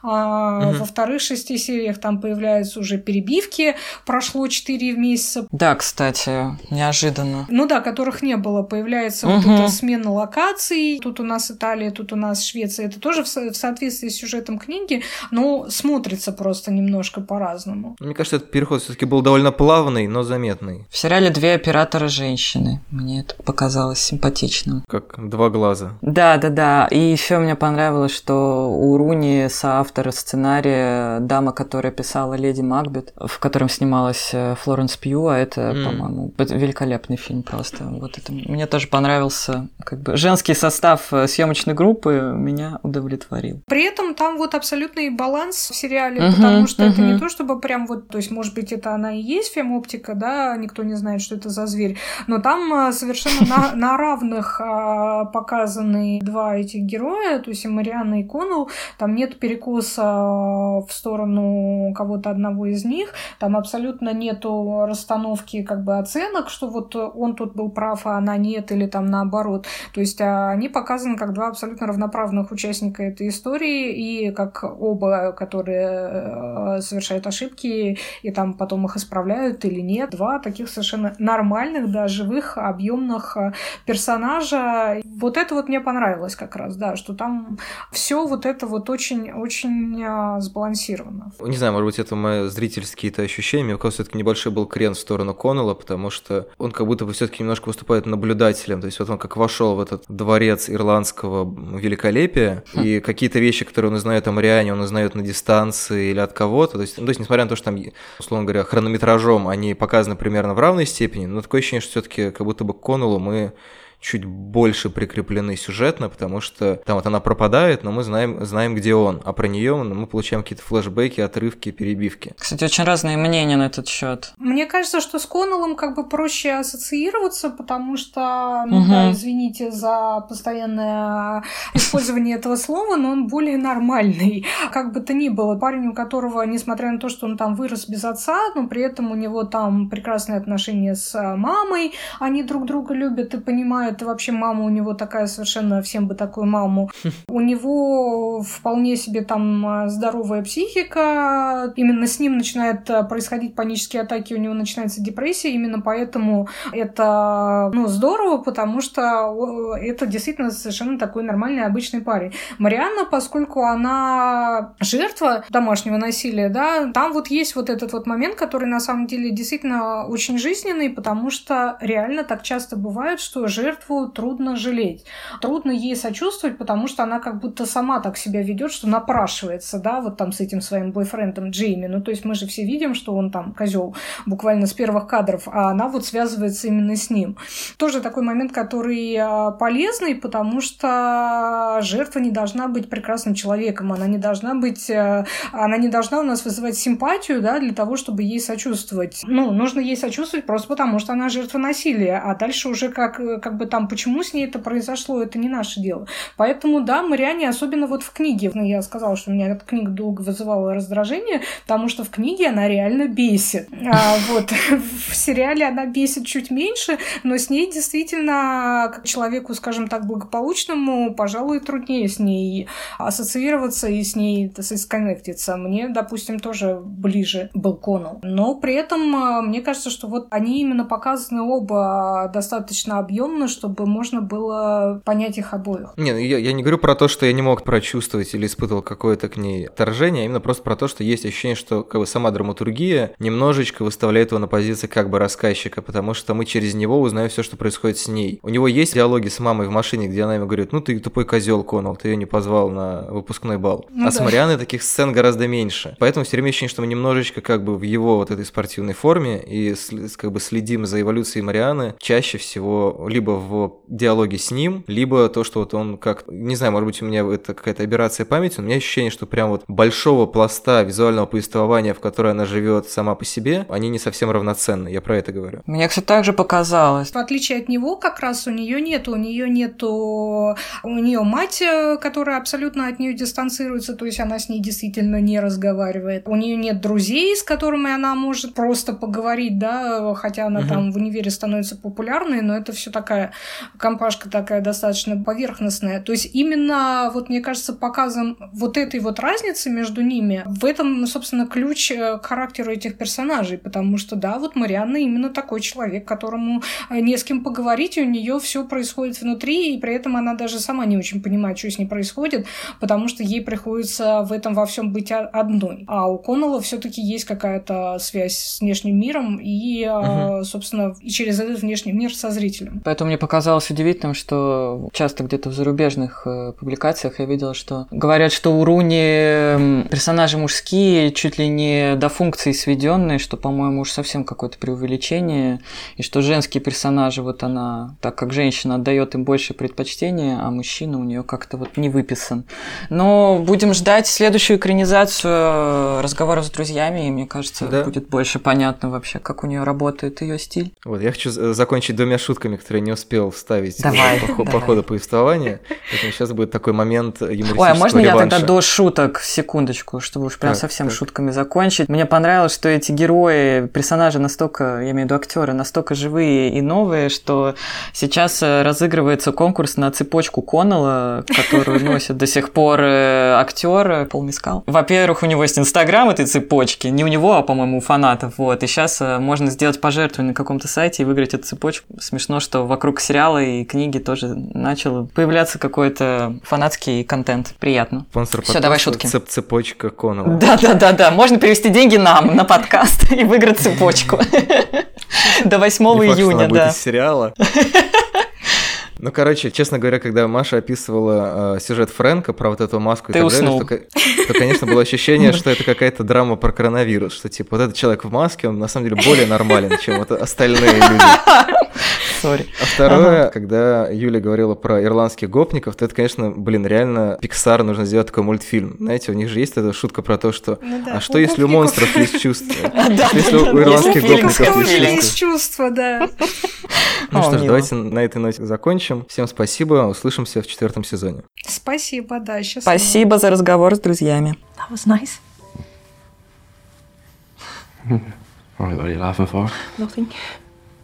Во вторых 6 сериях там появляются уже перебивки. Прошло 4 месяца. Да, кстати, неожиданно. Ну да, которых не было. Появляется вот эта смена локаций. Тут у нас Италия, тут у нас Швеция. Это тоже в соответствии с сюжетом книги, но смотрится просто немножко по-разному. Мне кажется, этот переход все-таки был довольно плавный, но заметный. В сериале 2 оператора женщины. Мне это показалось симпатичным. Как 2 глаза. Да. И еще мне понравилось, что у Руни, соавтора сценария, дама, которая писала «Леди Макбет», в котором снималась Флоренс Пью, а это, по-моему, великолепный фильм просто. Вот это мне тоже понравился. Как бы женский состав съемочной группы меня удовлетворил. При этом там вот абсолютный баланс в сериале, потому что это не то, чтобы прям вот, то есть, может быть, это она и есть фемоптика, да, никто не знает, что это за зверь, но там совершенно на равных показаны 2 этих героя, то есть и Марианна, и Коннелл, там нет перекоса в сторону кого-то одного из них, там абсолютно нету расстановки как бы оценок, что вот он тут был прав, а она нет, или там наоборот. То есть они показаны как 2 абсолютно равноправных участника этой истории, и как оба, которые совершают ошибки, и там потом их исправляют или нет. 2 таких совершенно нормальных, да, живых, объемных персонажа. Вот это вот мне понравилось как раз, да, что там все вот это вот очень сбалансировано. Не знаю, может быть, это мои зрительские какие-то ощущения. Мне кажется, все-таки небольшой был крен в сторону Коннелла, потому что он как будто бы все-таки немножко выступает наблюдателем. То есть вот он как вошел в этот дворец ирландского великолепия, и какие-то вещи, которые он узнает о Мариане, он узнает на дистанции или от кого-то. То есть, несмотря на то, что там, условно говоря, хронометражом они показаны примерно в равной степени, но такое ощущение, что все-таки как будто бы к Коннеллу мы чуть больше прикреплены сюжетно, потому что там вот она пропадает, но мы знаем, где он, а про нее мы получаем какие-то флешбеки, отрывки, перебивки. Кстати, очень разные мнения на этот счет. Мне кажется, что с Коннеллом как бы проще ассоциироваться, потому что, да, извините за постоянное использование этого слова, но он более нормальный. Как бы то ни было, парень, у которого, несмотря на то, что он там вырос без отца, но при этом у него там прекрасные отношения с мамой, они друг друга любят и понимают. Это вообще мама у него такая совершенно, всем бы такую маму. У него вполне себе там здоровая психика. Именно с ним начинают происходить панические атаки, у него начинается депрессия. Именно поэтому это, здорово, потому что это действительно совершенно такой нормальный, обычный парень. Марианна, поскольку она жертва домашнего насилия, да, там вот есть вот этот вот момент, который на самом деле действительно очень жизненный, потому что реально так часто бывает, что жертву трудно жалеть. Трудно ей сочувствовать, потому что она как будто сама так себя ведет, что напрашивается, да, вот там с этим своим бойфрендом Джейми. То есть мы же все видим, что он там козел буквально с первых кадров, а она вот связывается именно с ним. Тоже такой момент, который полезный, потому что жертва не должна быть прекрасным человеком, она не должна у нас вызывать симпатию, да, для того, чтобы ей сочувствовать. Нужно ей сочувствовать просто потому, что она жертва насилия, а дальше уже как бы там, почему с ней это произошло, это не наше дело. Поэтому, да, Марианне, особенно вот в книге, я сказала, что у меня эта книга долго вызывала раздражение, потому что в книге она реально бесит. Вот в сериале она бесит чуть меньше, но с ней действительно, как человеку, скажем так, благополучному, пожалуй, труднее с ней ассоциироваться и с ней сконнектиться. Мне, допустим, тоже ближе был Коннелл. Но при этом мне кажется, что вот они именно показаны оба достаточно объемно, чтобы можно было понять их обоих. Я не говорю про то, что я не мог прочувствовать или испытывал какое-то к ней отторжение, а именно просто про то, что есть ощущение, что как бы сама драматургия немножечко выставляет его на позиции как бы рассказчика, потому что мы через него узнаем все, что происходит с ней. У него есть диалоги с мамой в машине, где она ему говорит: ты тупой козел, Коннелл, ты ее не позвал на выпускной бал. С Марианной таких сцен гораздо меньше. Поэтому все время ощущение, что мы немножечко как бы в его вот этой спортивной форме и как бы следим за эволюцией Марианны чаще всего либо в диалоге с ним, либо то, что вот он как... Не знаю, может быть, у меня это какая-то аберрация памяти, но у меня ощущение, что прям вот большого пласта визуального повествования, в которой она живет сама по себе, они не совсем равноценны. Я про это говорю. Мне, кстати, так же показалось. В отличие от него, как раз у нее мать, которая абсолютно от нее дистанцируется, то есть она с ней действительно не разговаривает. У нее нет друзей, с которыми она может просто поговорить, да, хотя она там в универе становится популярной, но это все такая компашка такая достаточно поверхностная. То есть именно, вот мне кажется, показом вот этой вот разницы между ними, в этом, собственно, ключ к характеру этих персонажей, потому что, да, вот Марианна именно такой человек, которому не с кем поговорить, и у нее все происходит внутри, и при этом она даже сама не очень понимает, что с ней происходит, потому что ей приходится в этом во всем быть одной. А у Коннелла все-таки есть какая-то связь с внешним миром и, собственно, и через этот внешний мир со зрителем. Поэтому мне показалось удивительным, что часто где-то в зарубежных публикациях я видела, что говорят, что у Руни персонажи мужские, чуть ли не до функции сведенные, что, по-моему, уж совсем какое-то преувеличение, и что женские персонажи, вот она, так как женщина, отдает им больше предпочтения, а мужчина у нее как-то вот не выписан. Но будем ждать следующую экранизацию «Разговора с друзьями», и мне кажется, будет больше понятно вообще, как у нее работает ее стиль. Вот, я хочу закончить 2 шутками, которые не успел вставить по ходу повествования. Поэтому сейчас будет такой момент юмористического Ой, а можно реванша. я тогда до шуток, секундочку, чтобы уж прям совсем шутками закончить? Мне понравилось, что эти герои, персонажи настолько, я имею в виду актеры, настолько живые и новые, что сейчас разыгрывается конкурс на цепочку Коннелла, которую носит до сих пор актер Пол Мескал. Во-первых, у него есть Инстаграм этой цепочки, не у него, а, по-моему, у фанатов, вот, и сейчас можно сделать пожертвование на каком-то сайте и выиграть эту цепочку. Смешно, что вокруг сериала и книги тоже начал появляться какой-то фанатский контент. Приятно. Спонсор Всё, давай шутки. Цепочка Коннелла. Да. Можно перевести деньги нам на подкаст и выиграть цепочку. До 8 июня, да. Из сериала. Ну, короче, честно говоря, когда Маша описывала сюжет Фрэнка про вот эту маску и так далее, то, конечно, было ощущение, что это какая-то драма про коронавирус, что, типа, вот этот человек в маске, он на самом деле более нормален, чем вот остальные люди. Sorry. А второе, когда Юля говорила про ирландских гопников, то это, конечно, реально Pixar нужно сделать такой мультфильм. Знаете, у них же есть эта шутка про то, что а что если у монстров есть чувства? Если у ирландских гопников есть чувства, да. Ну что ж, давайте на этой ноте закончим. Всем спасибо, услышимся в 4 сезоне. Спасибо, да, счастливо. Спасибо за разговор с друзьями. That was nice. What are you laughing for? Nothing.